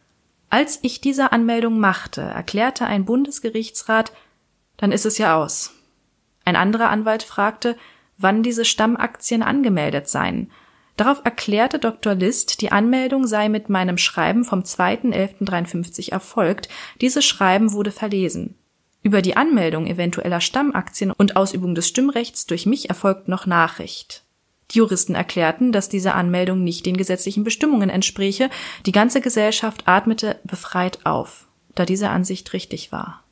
Als ich diese Anmeldung machte, erklärte ein Bundesgerichtsrat, dann ist es ja aus. Ein anderer Anwalt fragte, wann diese Stammaktien angemeldet seien. Darauf erklärte Doktor List, die Anmeldung sei mit meinem Schreiben vom zweiten elften dreiundfünfzig erfolgt. Dieses Schreiben wurde verlesen. Über die Anmeldung eventueller Stammaktien und Ausübung des Stimmrechts durch mich erfolgt noch Nachricht. Die Juristen erklärten, dass diese Anmeldung nicht den gesetzlichen Bestimmungen entspräche. Die ganze Gesellschaft atmete befreit auf, da diese Ansicht richtig war.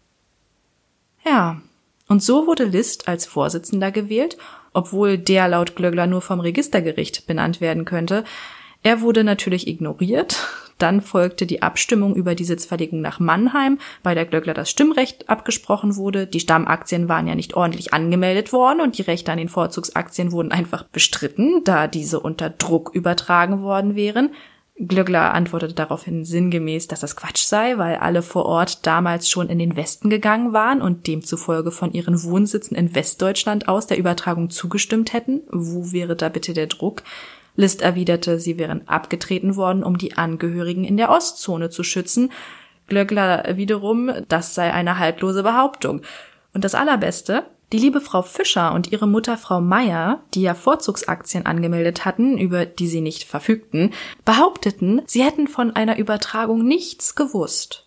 Ja, und so wurde List als Vorsitzender gewählt, obwohl der laut Glöggler nur vom Registergericht benannt werden könnte. Er wurde natürlich ignoriert. Dann folgte die Abstimmung über die Sitzverlegung nach Mannheim, bei der Glöggler das Stimmrecht abgesprochen wurde. Die Stammaktien waren ja nicht ordentlich angemeldet worden und die Rechte an den Vorzugsaktien wurden einfach bestritten, da diese unter Druck übertragen worden wären. Glöckler antwortete daraufhin sinngemäß, dass das Quatsch sei, weil alle vor Ort damals schon in den Westen gegangen waren und demzufolge von ihren Wohnsitzen in Westdeutschland aus der Übertragung zugestimmt hätten. Wo wäre da bitte der Druck? List erwiderte, sie wären abgetreten worden, um die Angehörigen in der Ostzone zu schützen. Glöckler wiederum, das sei eine haltlose Behauptung. Und das Allerbeste: Die liebe Frau Fischer und ihre Mutter Frau Meier, die ja Vorzugsaktien angemeldet hatten, über die sie nicht verfügten, behaupteten, sie hätten von einer Übertragung nichts gewusst.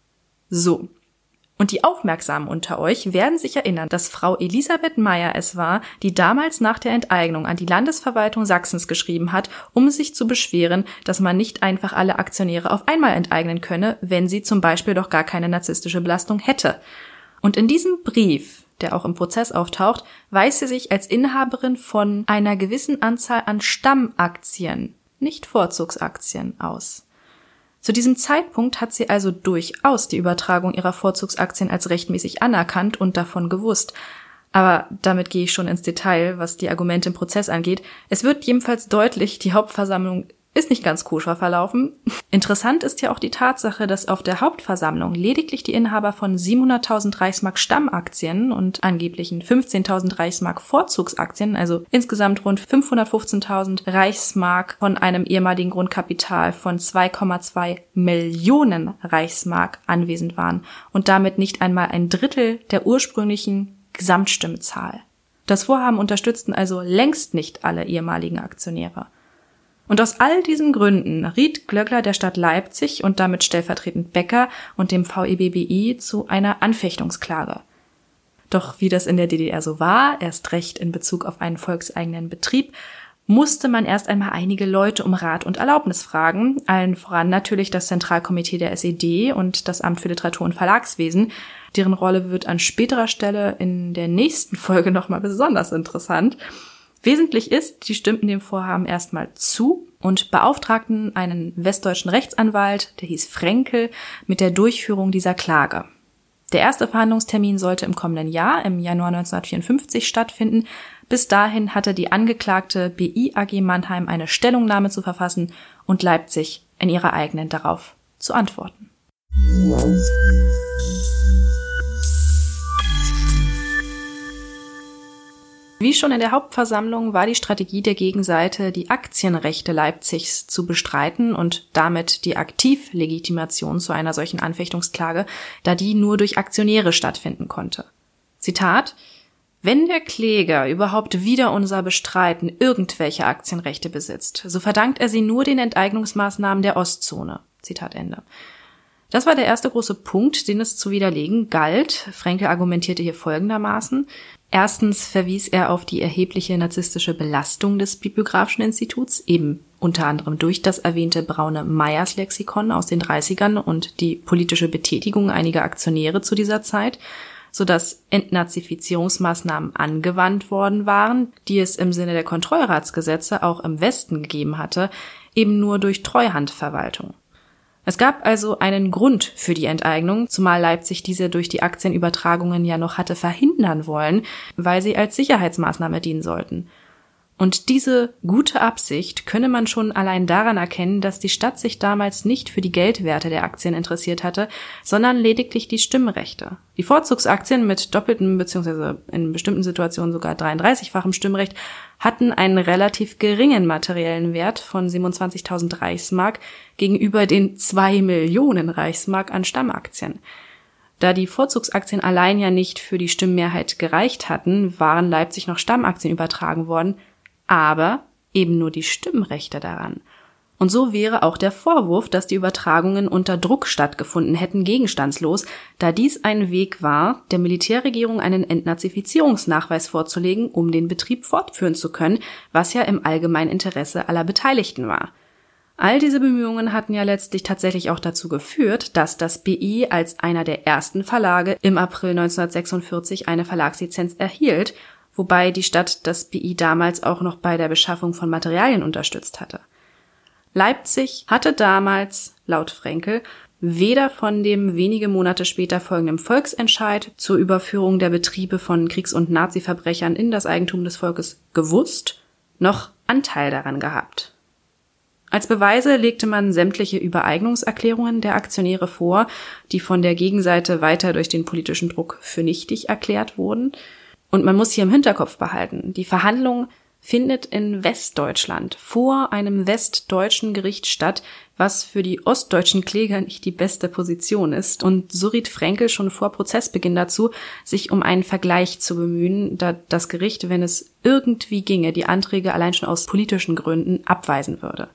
So. Und die Aufmerksamen unter euch werden sich erinnern, dass Frau Elisabeth Meier es war, die damals nach der Enteignung an die Landesverwaltung Sachsens geschrieben hat, um sich zu beschweren, dass man nicht einfach alle Aktionäre auf einmal enteignen könne, wenn sie zum Beispiel doch gar keine narzisstische Belastung hätte. Und in diesem Brief, der auch im Prozess auftaucht, weist sie sich als Inhaberin von einer gewissen Anzahl an Stammaktien, nicht Vorzugsaktien, aus. Zu diesem Zeitpunkt hat sie also durchaus die Übertragung ihrer Vorzugsaktien als rechtmäßig anerkannt und davon gewusst. Aber damit gehe ich schon ins Detail, was die Argumente im Prozess angeht. Es wird jedenfalls deutlich, die Hauptversammlung ist nicht ganz koscher verlaufen. Interessant ist ja auch die Tatsache, dass auf der Hauptversammlung lediglich die Inhaber von siebenhunderttausend Reichsmark Stammaktien und angeblichen fünfzehntausend Reichsmark Vorzugsaktien, also insgesamt rund fünfhundertfünfzehntausend Reichsmark von einem ehemaligen Grundkapital von zwei Komma zwei Millionen Reichsmark anwesend waren und damit nicht einmal ein Drittel der ursprünglichen Gesamtstimmzahl. Das Vorhaben unterstützten also längst nicht alle ehemaligen Aktionäre. Und aus all diesen Gründen riet Glöckler der Stadt Leipzig und damit stellvertretend Becker und dem V E B B I zu einer Anfechtungsklage. Doch wie das in der D D R so war, erst recht in Bezug auf einen volkseigenen Betrieb, musste man erst einmal einige Leute um Rat und Erlaubnis fragen, allen voran natürlich das Zentralkomitee der S E D und das Amt für Literatur und Verlagswesen. Deren Rolle wird an späterer Stelle in der nächsten Folge nochmal besonders interessant. Wesentlich ist, die stimmten dem Vorhaben erstmal zu und beauftragten einen westdeutschen Rechtsanwalt, der hieß Frenkel, mit der Durchführung dieser Klage. Der erste Verhandlungstermin sollte im kommenden Jahr, im Januar neunzehnhundertvierundfünfzig, stattfinden. Bis dahin hatte die angeklagte B I A G Mannheim eine Stellungnahme zu verfassen und Leipzig in ihrer eigenen darauf zu antworten. Wie schon in der Hauptversammlung war die Strategie der Gegenseite, die Aktienrechte Leipzigs zu bestreiten und damit die Aktivlegitimation zu einer solchen Anfechtungsklage, da die nur durch Aktionäre stattfinden konnte. Zitat: Wenn der Kläger überhaupt wider unser Bestreiten irgendwelche Aktienrechte besitzt, so verdankt er sie nur den Enteignungsmaßnahmen der Ostzone. Zitat Ende. Das war der erste große Punkt, den es zu widerlegen galt. Frenkel argumentierte hier folgendermaßen. Erstens verwies er auf die erhebliche narzisstische Belastung des Bibliografischen Instituts, eben unter anderem durch das erwähnte Braune Meyers Lexikon aus den dreißigern und die politische Betätigung einiger Aktionäre zu dieser Zeit, sodass Entnazifizierungsmaßnahmen angewandt worden waren, die es im Sinne der Kontrollratsgesetze auch im Westen gegeben hatte, eben nur durch Treuhandverwaltung. Es gab also einen Grund für die Enteignung, zumal Leipzig diese durch die Aktienübertragungen ja noch hatte verhindern wollen, weil sie als Sicherheitsmaßnahme dienen sollten. Und diese gute Absicht könne man schon allein daran erkennen, dass die Stadt sich damals nicht für die Geldwerte der Aktien interessiert hatte, sondern lediglich die Stimmrechte. Die Vorzugsaktien mit doppeltem bzw. in bestimmten Situationen sogar dreiunddreißigfachem Stimmrecht hatten einen relativ geringen materiellen Wert von siebenundzwanzigtausend Reichsmark gegenüber den zwei Millionen Reichsmark an Stammaktien. Da die Vorzugsaktien allein ja nicht für die Stimmmehrheit gereicht hatten, waren Leipzig noch Stammaktien übertragen worden, aber eben nur die Stimmrechte daran. Und so wäre auch der Vorwurf, dass die Übertragungen unter Druck stattgefunden hätten, gegenstandslos, da dies ein Weg war, der Militärregierung einen Entnazifizierungsnachweis vorzulegen, um den Betrieb fortführen zu können, was ja im allgemeinen Interesse aller Beteiligten war. All diese Bemühungen hatten ja letztlich tatsächlich auch dazu geführt, dass das B I als einer der ersten Verlage im April neunzehnhundertsechsundvierzig eine Verlagslizenz erhielt, wobei die Stadt das B I damals auch noch bei der Beschaffung von Materialien unterstützt hatte. Leipzig hatte damals, laut Frenkel, weder von dem wenige Monate später folgenden Volksentscheid zur Überführung der Betriebe von Kriegs- und Nazi-Verbrechern in das Eigentum des Volkes gewusst, noch Anteil daran gehabt. Als Beweise legte man sämtliche Übereignungserklärungen der Aktionäre vor, die von der Gegenseite weiter durch den politischen Druck für nichtig erklärt wurden. Und man muss hier im Hinterkopf behalten, die Verhandlung findet in Westdeutschland vor einem westdeutschen Gericht statt, was für die ostdeutschen Kläger nicht die beste Position ist. Und so riet Fränkel schon vor Prozessbeginn dazu, sich um einen Vergleich zu bemühen, da das Gericht, wenn es irgendwie ginge, die Anträge allein schon aus politischen Gründen abweisen würde.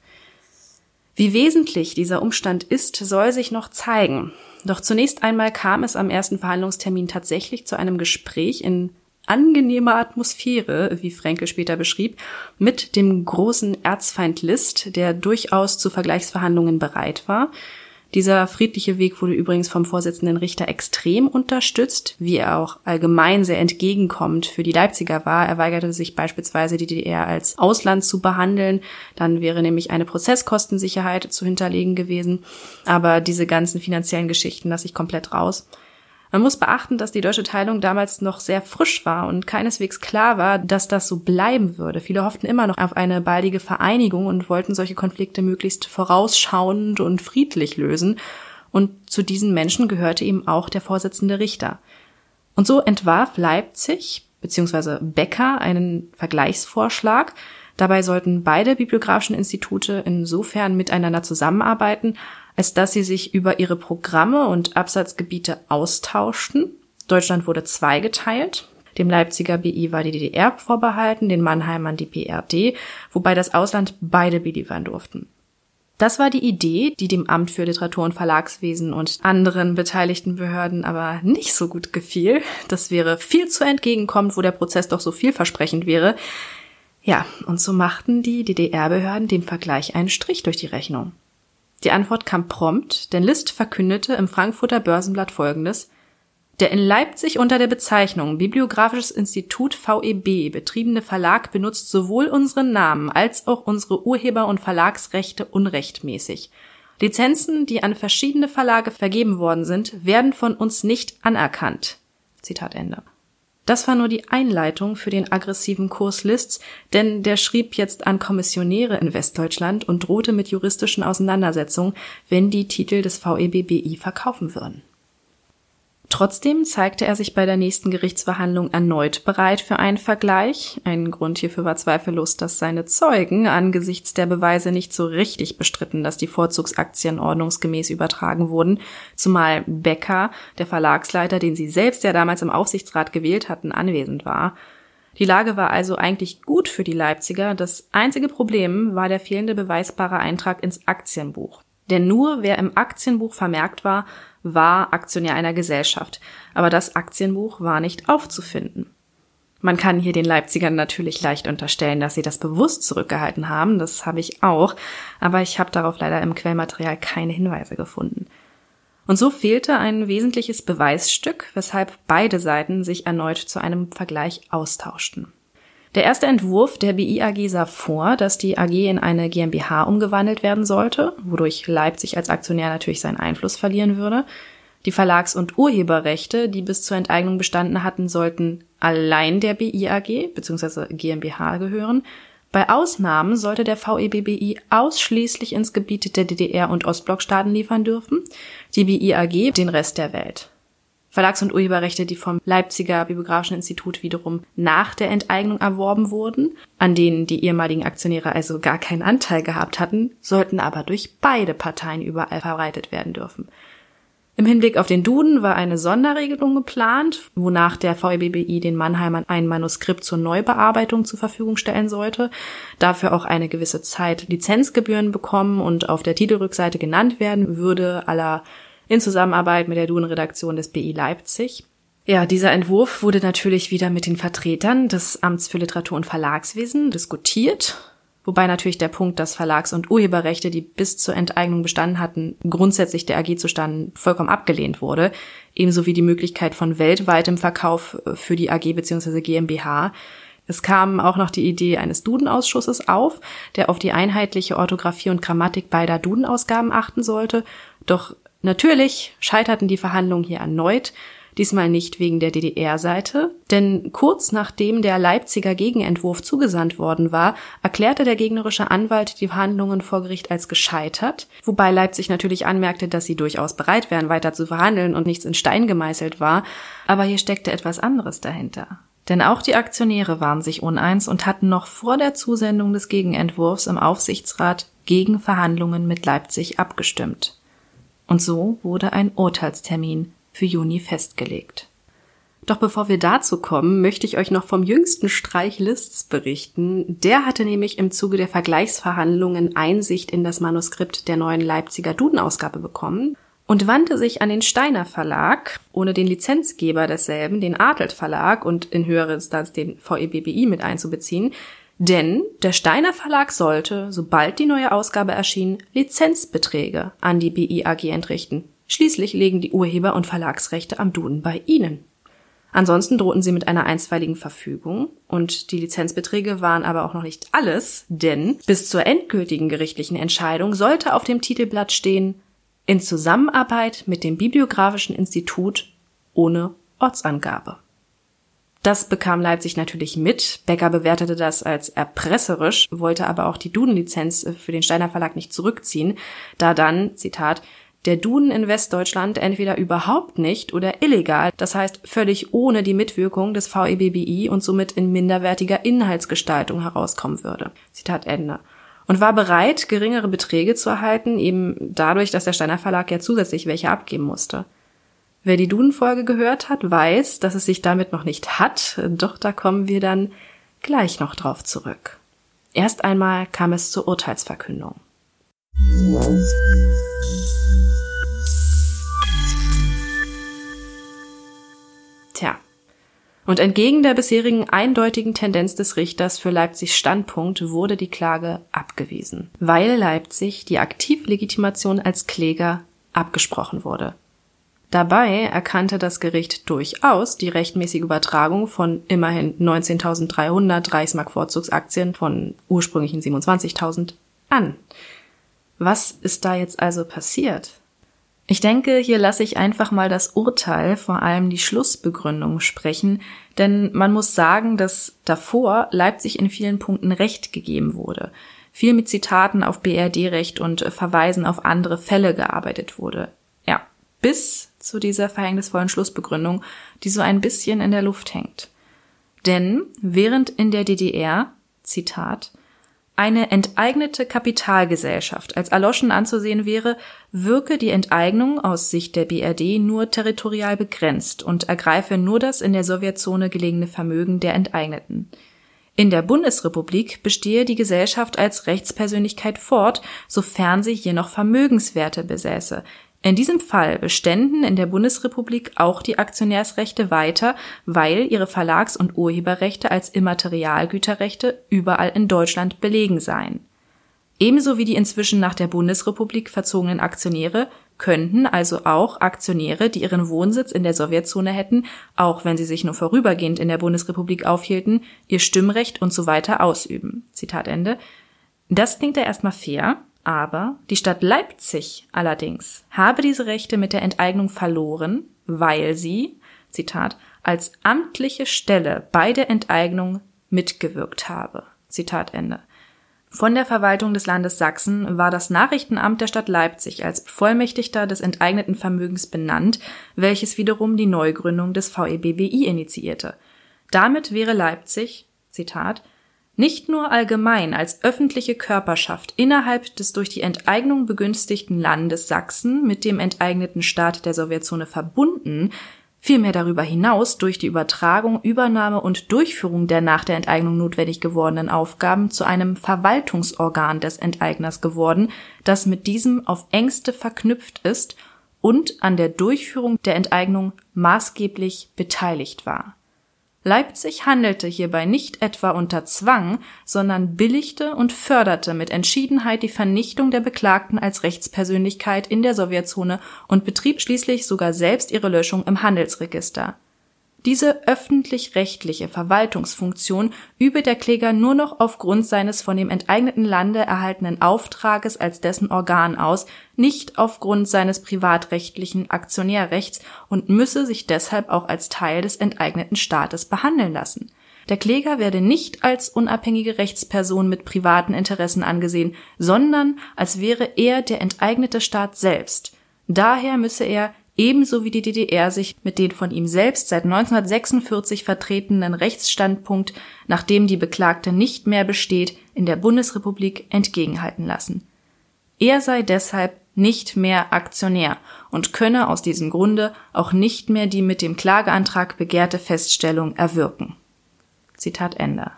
Wie wesentlich dieser Umstand ist, soll sich noch zeigen. Doch zunächst einmal kam es am ersten Verhandlungstermin tatsächlich zu einem Gespräch in angenehmer Atmosphäre, wie Fränkel später beschrieb, mit dem großen Erzfeind List, der durchaus zu Vergleichsverhandlungen bereit war. Dieser friedliche Weg wurde übrigens vom Vorsitzenden Richter extrem unterstützt, wie er auch allgemein sehr entgegenkommend für die Leipziger war. Er weigerte sich beispielsweise, die D D R als Ausland zu behandeln. Dann wäre nämlich eine Prozesskostensicherheit zu hinterlegen gewesen. Aber diese ganzen finanziellen Geschichten lasse ich komplett raus. Man muss beachten, dass die deutsche Teilung damals noch sehr frisch war und keineswegs klar war, dass das so bleiben würde. Viele hofften immer noch auf eine baldige Vereinigung und wollten solche Konflikte möglichst vorausschauend und friedlich lösen. Und zu diesen Menschen gehörte eben auch der Vorsitzende Richter. Und so entwarf Leipzig bzw. Becker einen Vergleichsvorschlag. Dabei sollten beide bibliografischen Institute insofern miteinander zusammenarbeiten, als dass sie sich über ihre Programme und Absatzgebiete austauschten. Deutschland wurde zweigeteilt. Dem Leipziger B I war die D D R vorbehalten, den Mannheimern die P R D, wobei das Ausland beide beliefern durften. Das war die Idee, die dem Amt für Literatur- und Verlagswesen und anderen beteiligten Behörden aber nicht so gut gefiel. Das wäre viel zu entgegenkommend, wo der Prozess doch so vielversprechend wäre. Ja, und so machten die D D R-Behörden dem Vergleich einen Strich durch die Rechnung. Die Antwort kam prompt, denn List verkündete im Frankfurter Börsenblatt Folgendes: Der in Leipzig unter der Bezeichnung Bibliografisches Institut V E B betriebene Verlag benutzt sowohl unseren Namen als auch unsere Urheber- und Verlagsrechte unrechtmäßig. Lizenzen, die an verschiedene Verlage vergeben worden sind, werden von uns nicht anerkannt. Zitat Ende. Das war nur die Einleitung für den aggressiven Kurs Lists, denn der schrieb jetzt an Kommissionäre in Westdeutschland und drohte mit juristischen Auseinandersetzungen, wenn die Titel des V E B B I verkaufen würden. Trotzdem zeigte er sich bei der nächsten Gerichtsverhandlung erneut bereit für einen Vergleich. Ein Grund hierfür war zweifellos, dass seine Zeugen angesichts der Beweise nicht so richtig bestritten, dass die Vorzugsaktien ordnungsgemäß übertragen wurden, zumal Becker, der Verlagsleiter, den sie selbst ja damals im Aufsichtsrat gewählt hatten, anwesend war. Die Lage war also eigentlich gut für die Leipziger. Das einzige Problem war der fehlende beweisbare Eintrag ins Aktienbuch. Denn nur wer im Aktienbuch vermerkt war, war Aktionär einer Gesellschaft. Aber das Aktienbuch war nicht aufzufinden. Man kann hier den Leipzigern natürlich leicht unterstellen, dass sie das bewusst zurückgehalten haben. Das habe ich auch. Aber ich habe darauf leider im Quellmaterial keine Hinweise gefunden. Und so fehlte ein wesentliches Beweisstück, weshalb beide Seiten sich erneut zu einem Vergleich austauschten. Der erste Entwurf der B I A G sah vor, dass die A G in eine G m b H umgewandelt werden sollte, wodurch Leipzig als Aktionär natürlich seinen Einfluss verlieren würde. Die Verlags- und Urheberrechte, die bis zur Enteignung bestanden hatten, sollten allein der B I A G bzw. G m b H gehören. Bei Ausnahmen sollte der V E B B I ausschließlich ins Gebiet der D D R und Ostblockstaaten liefern dürfen, die B I A G den Rest der Welt. Verlags- und Urheberrechte, die vom Leipziger Bibliografischen Institut wiederum nach der Enteignung erworben wurden, an denen die ehemaligen Aktionäre also gar keinen Anteil gehabt hatten, sollten aber durch beide Parteien überall verbreitet werden dürfen. Im Hinblick auf den Duden war eine Sonderregelung geplant, wonach der V E B B I den Mannheimern ein Manuskript zur Neubearbeitung zur Verfügung stellen sollte, dafür auch eine gewisse Zeit Lizenzgebühren bekommen und auf der Titelrückseite genannt werden würde, à la in Zusammenarbeit mit der Duden-Redaktion des B I Leipzig. Ja, dieser Entwurf wurde natürlich wieder mit den Vertretern des Amts für Literatur- und Verlagswesen diskutiert, wobei natürlich der Punkt, dass Verlags- und Urheberrechte, die bis zur Enteignung bestanden hatten, grundsätzlich der A G zustanden, vollkommen abgelehnt wurde, ebenso wie die Möglichkeit von weltweitem Verkauf für die A G bzw. G m b H. Es kam auch noch die Idee eines Duden-Ausschusses auf, der auf die einheitliche Orthographie und Grammatik beider Duden-Ausgaben achten sollte, doch natürlich scheiterten die Verhandlungen hier erneut. diesmal nicht wegen der D D R-Seite, denn kurz nachdem der Leipziger Gegenentwurf zugesandt worden war, erklärte der gegnerische Anwalt die Verhandlungen vor Gericht als gescheitert, wobei Leipzig natürlich anmerkte, dass sie durchaus bereit wären, weiter zu verhandeln und nichts in Stein gemeißelt war, aber hier steckte etwas anderes dahinter. Denn auch die Aktionäre waren sich uneins und hatten noch vor der Zusendung des Gegenentwurfs im Aufsichtsrat gegen Verhandlungen mit Leipzig abgestimmt. Und so wurde ein Urteilstermin für Juni festgelegt. Doch bevor wir dazu kommen, möchte ich euch noch vom jüngsten Streich Liszts berichten. Der hatte nämlich im Zuge der Vergleichsverhandlungen Einsicht in das Manuskript der neuen Leipziger Duden-Ausgabe bekommen und wandte sich an den Steiner Verlag, ohne den Lizenzgeber desselben, den Artelt Verlag und in höherer Instanz den V E B B I mit einzubeziehen, denn der Steiner Verlag sollte, sobald die neue Ausgabe erschien, Lizenzbeträge an die B I A G entrichten. Schließlich liegen die Urheber- und Verlagsrechte am Duden bei ihnen. Ansonsten drohten sie mit einer einstweiligen Verfügung und die Lizenzbeträge waren aber auch noch nicht alles, denn bis zur endgültigen gerichtlichen Entscheidung sollte auf dem Titelblatt stehen: in Zusammenarbeit mit dem Bibliographischen Institut ohne Ortsangabe. Das bekam Leipzig natürlich mit. Becker bewertete das als erpresserisch, wollte aber auch die Duden-Lizenz für den Steiner Verlag nicht zurückziehen, da dann, Zitat, der Duden in Westdeutschland entweder überhaupt nicht oder illegal, das heißt völlig ohne die Mitwirkung des V E B B I und somit in minderwertiger Inhaltsgestaltung herauskommen würde. Zitat Ende. Und war bereit, geringere Beträge zu erhalten, eben dadurch, dass der Steiner Verlag ja zusätzlich welche abgeben musste. Wer die Duden-Folge gehört hat, weiß, dass es sich damit noch nicht hat, doch da kommen wir dann gleich noch drauf zurück. Erst einmal kam es zur Urteilsverkündung. Tja. Und entgegen der bisherigen eindeutigen Tendenz des Richters für Leipzigs Standpunkt wurde die Klage abgewiesen, weil Leipzig die Aktivlegitimation als Kläger abgesprochen wurde. Dabei erkannte das Gericht durchaus die rechtmäßige Übertragung von immerhin neunzehntausenddreihundert Reichsmark-Vorzugsaktien von ursprünglichen siebenundzwanzigtausend an. Was ist da jetzt also passiert? Ich denke, hier lasse ich einfach mal das Urteil, vor allem die Schlussbegründung, sprechen, denn man muss sagen, dass davor Leipzig in vielen Punkten Recht gegeben wurde. Viel mit Zitaten auf B R D-Recht und Verweisen auf andere Fälle gearbeitet wurde. Ja, bis zu dieser verhängnisvollen Schlussbegründung, die so ein bisschen in der Luft hängt. Denn während in der D D R, Zitat, eine enteignete Kapitalgesellschaft als erloschen anzusehen wäre, wirke die Enteignung aus Sicht der B R D nur territorial begrenzt und ergreife nur das in der Sowjetzone gelegene Vermögen der Enteigneten. In der Bundesrepublik bestehe die Gesellschaft als Rechtspersönlichkeit fort, sofern sie hier noch Vermögenswerte besäße. In diesem Fall beständen in der Bundesrepublik auch die Aktionärsrechte weiter, weil ihre Verlags- und Urheberrechte als Immaterialgüterrechte überall in Deutschland belegen seien. Ebenso wie die inzwischen nach der Bundesrepublik verzogenen Aktionäre könnten also auch Aktionäre, die ihren Wohnsitz in der Sowjetzone hätten, auch wenn sie sich nur vorübergehend in der Bundesrepublik aufhielten, ihr Stimmrecht und so weiter ausüben. Zitat Ende. Das klingt ja erstmal fair. Aber die Stadt Leipzig allerdings habe diese Rechte mit der Enteignung verloren, weil sie, Zitat, als amtliche Stelle bei der Enteignung mitgewirkt habe. Zitat Ende. Von der Verwaltung des Landes Sachsen war das Nachrichtenamt der Stadt Leipzig als Bevollmächtigter des enteigneten Vermögens benannt, welches wiederum die Neugründung des V E B B I initiierte. Damit wäre Leipzig, Zitat, nicht nur allgemein als öffentliche Körperschaft innerhalb des durch die Enteignung begünstigten Landes Sachsen mit dem enteigneten Staat der Sowjetzone verbunden, vielmehr darüber hinaus durch die Übertragung, Übernahme und Durchführung der nach der Enteignung notwendig gewordenen Aufgaben zu einem Verwaltungsorgan des Enteigners geworden, das mit diesem auf engste verknüpft ist und an der Durchführung der Enteignung maßgeblich beteiligt war. Leipzig handelte hierbei nicht etwa unter Zwang, sondern billigte und förderte mit Entschiedenheit die Vernichtung der Beklagten als Rechtspersönlichkeit in der Sowjetzone und betrieb schließlich sogar selbst ihre Löschung im Handelsregister. Diese öffentlich-rechtliche Verwaltungsfunktion übe der Kläger nur noch aufgrund seines von dem enteigneten Lande erhaltenen Auftrages als dessen Organ aus, nicht aufgrund seines privatrechtlichen Aktionärrechts und müsse sich deshalb auch als Teil des enteigneten Staates behandeln lassen. Der Kläger werde nicht als unabhängige Rechtsperson mit privaten Interessen angesehen, sondern als wäre er der enteignete Staat selbst. Daher müsse er ebenso wie die D D R sich mit den von ihm selbst seit neunzehnhundertsechsundvierzig vertretenen Rechtsstandpunkt, nachdem die Beklagte nicht mehr besteht, in der Bundesrepublik entgegenhalten lassen. Er sei deshalb nicht mehr Aktionär und könne aus diesem Grunde auch nicht mehr die mit dem Klageantrag begehrte Feststellung erwirken. Zitat Ende.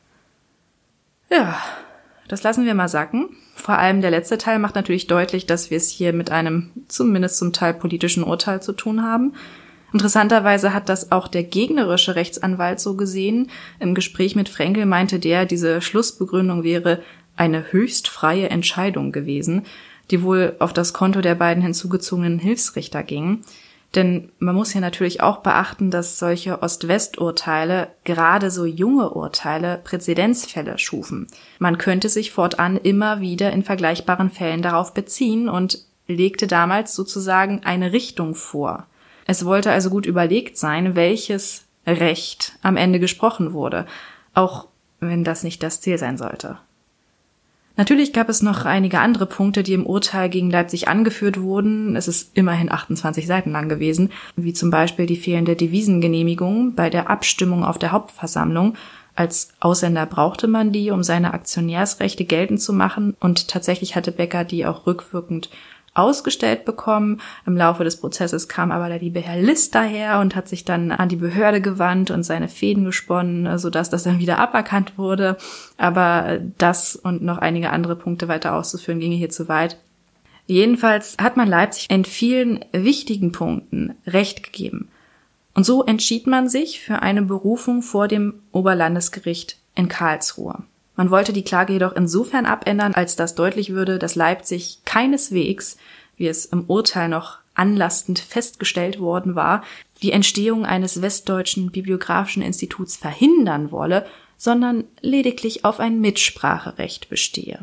Ja, das lassen wir mal sacken. Vor allem der letzte Teil macht natürlich deutlich, dass wir es hier mit einem zumindest zum Teil politischen Urteil zu tun haben. Interessanterweise hat das auch der gegnerische Rechtsanwalt so gesehen. Im Gespräch mit Frenkel meinte der, diese Schlussbegründung wäre eine höchst freie Entscheidung gewesen, die wohl auf das Konto der beiden hinzugezogenen Hilfsrichter ging. Denn man muss ja natürlich auch beachten, dass solche Ost-West-Urteile, gerade so junge Urteile, Präzedenzfälle schufen. Man könnte sich fortan immer wieder in vergleichbaren Fällen darauf beziehen und legte damals sozusagen eine Richtung vor. Es wollte also gut überlegt sein, welches Recht am Ende gesprochen wurde, auch wenn das nicht das Ziel sein sollte. Natürlich gab es noch einige andere Punkte, die im Urteil gegen Leipzig angeführt wurden. Es ist immerhin achtundzwanzig Seiten lang gewesen, wie zum Beispiel die fehlende Devisengenehmigung bei der Abstimmung auf der Hauptversammlung. Als Ausländer brauchte man die, um seine Aktionärsrechte geltend zu machen, und tatsächlich hatte Becker die auch rückwirkend ausgestellt bekommen. Im Laufe des Prozesses kam aber der liebe Herr List daher und hat sich dann an die Behörde gewandt und seine Fäden gesponnen, sodass das dann wieder aberkannt wurde. Aber das und noch einige andere Punkte weiter auszuführen, ginge hier zu weit. Jedenfalls hat man Leipzig in vielen wichtigen Punkten Recht gegeben. Und so entschied man sich für eine Berufung vor dem Oberlandesgericht in Karlsruhe. Man wollte die Klage jedoch insofern abändern, als das deutlich würde, dass Leipzig keineswegs, wie es im Urteil noch anlastend festgestellt worden war, die Entstehung eines westdeutschen bibliographischen Instituts verhindern wolle, sondern lediglich auf ein Mitspracherecht bestehe.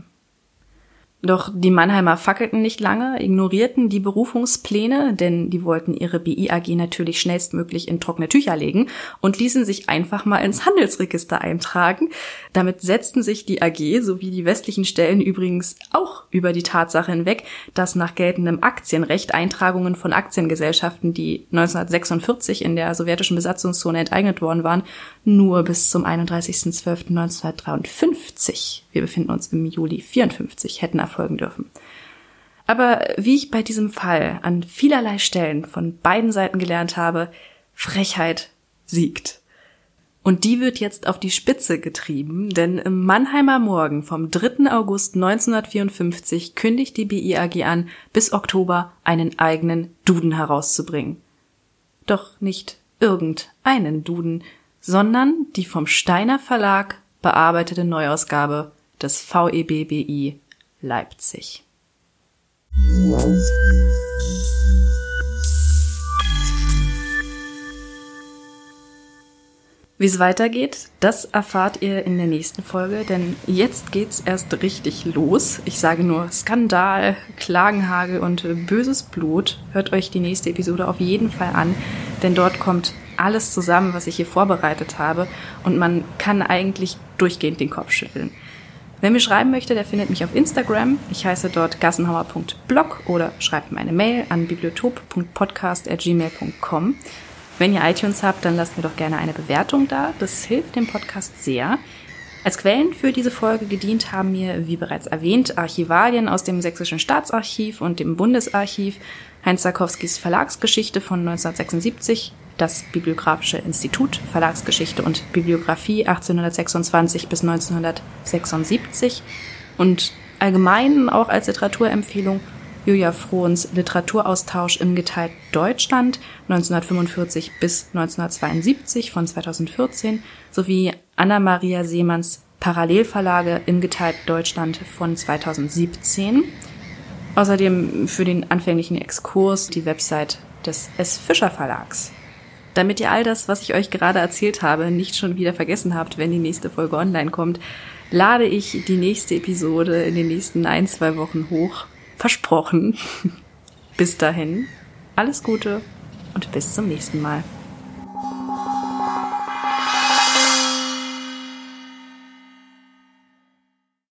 Doch die Mannheimer fackelten nicht lange, ignorierten die Berufungspläne, denn die wollten ihre B I A G natürlich schnellstmöglich in trockene Tücher legen und ließen sich einfach mal ins Handelsregister eintragen. Damit setzten sich die A G sowie die westlichen Stellen übrigens auch über die Tatsache hinweg, dass nach geltendem Aktienrecht Eintragungen von Aktiengesellschaften, die neunzehnhundertsechsundvierzig in der sowjetischen Besatzungszone enteignet worden waren, nur bis zum einunddreißigsten zwölften neunzehnhundertdreiundfünfzig, wir befinden uns im Juli vierundfünfzig, hätten erfolgen dürfen. Aber wie ich bei diesem Fall an vielerlei Stellen von beiden Seiten gelernt habe, Frechheit siegt. Und die wird jetzt auf die Spitze getrieben, denn im Mannheimer Morgen vom dritten August neunzehnhundertvierundfünfzig kündigt die B I A G an, bis Oktober einen eigenen Duden herauszubringen. Doch nicht irgendeinen Duden, sondern die vom Steiner Verlag bearbeitete Neuausgabe des V E B B I Leipzig. Wie es weitergeht, das erfahrt ihr in der nächsten Folge, denn jetzt geht's erst richtig los. Ich sage nur Skandal, Klagenhagel und böses Blut. Hört euch die nächste Episode auf jeden Fall an, denn dort kommt alles zusammen, was ich hier vorbereitet habe, und man kann eigentlich durchgehend den Kopf schütteln. Wer mir schreiben möchte, der findet mich auf Instagram. Ich heiße dort gassenhauer punkt blog oder schreibt mir eine Mail an bibliotop punkt podcast at gmail punkt com. Wenn ihr iTunes habt, dann lasst mir doch gerne eine Bewertung da. Das hilft dem Podcast sehr. Als Quellen für diese Folge gedient haben mir, wie bereits erwähnt, Archivalien aus dem Sächsischen Staatsarchiv und dem Bundesarchiv, Heinz Sarkowskis Verlagsgeschichte von neunzehnhundertsechsundsiebzig, das Bibliographische Institut, Verlagsgeschichte und Bibliographie achtzehnhundertsechsundzwanzig bis neunzehnhundertsechsundsiebzig und allgemein auch als Literaturempfehlung Julia Frohns Literaturaustausch im geteilten Deutschland neunzehnhundertfünfundvierzig bis neunzehnhundertzweiundsiebzig von zweitausendvierzehn sowie Anna-Maria Seemanns Parallelverlage im geteilten Deutschland von zweitausendsiebzehn. Außerdem für den anfänglichen Exkurs die Website des S. Fischer Verlags. Damit ihr all das, was ich euch gerade erzählt habe, nicht schon wieder vergessen habt, wenn die nächste Folge online kommt, lade ich die nächste Episode in den nächsten ein, zwei Wochen hoch. Versprochen. Bis dahin, alles Gute und bis zum nächsten Mal.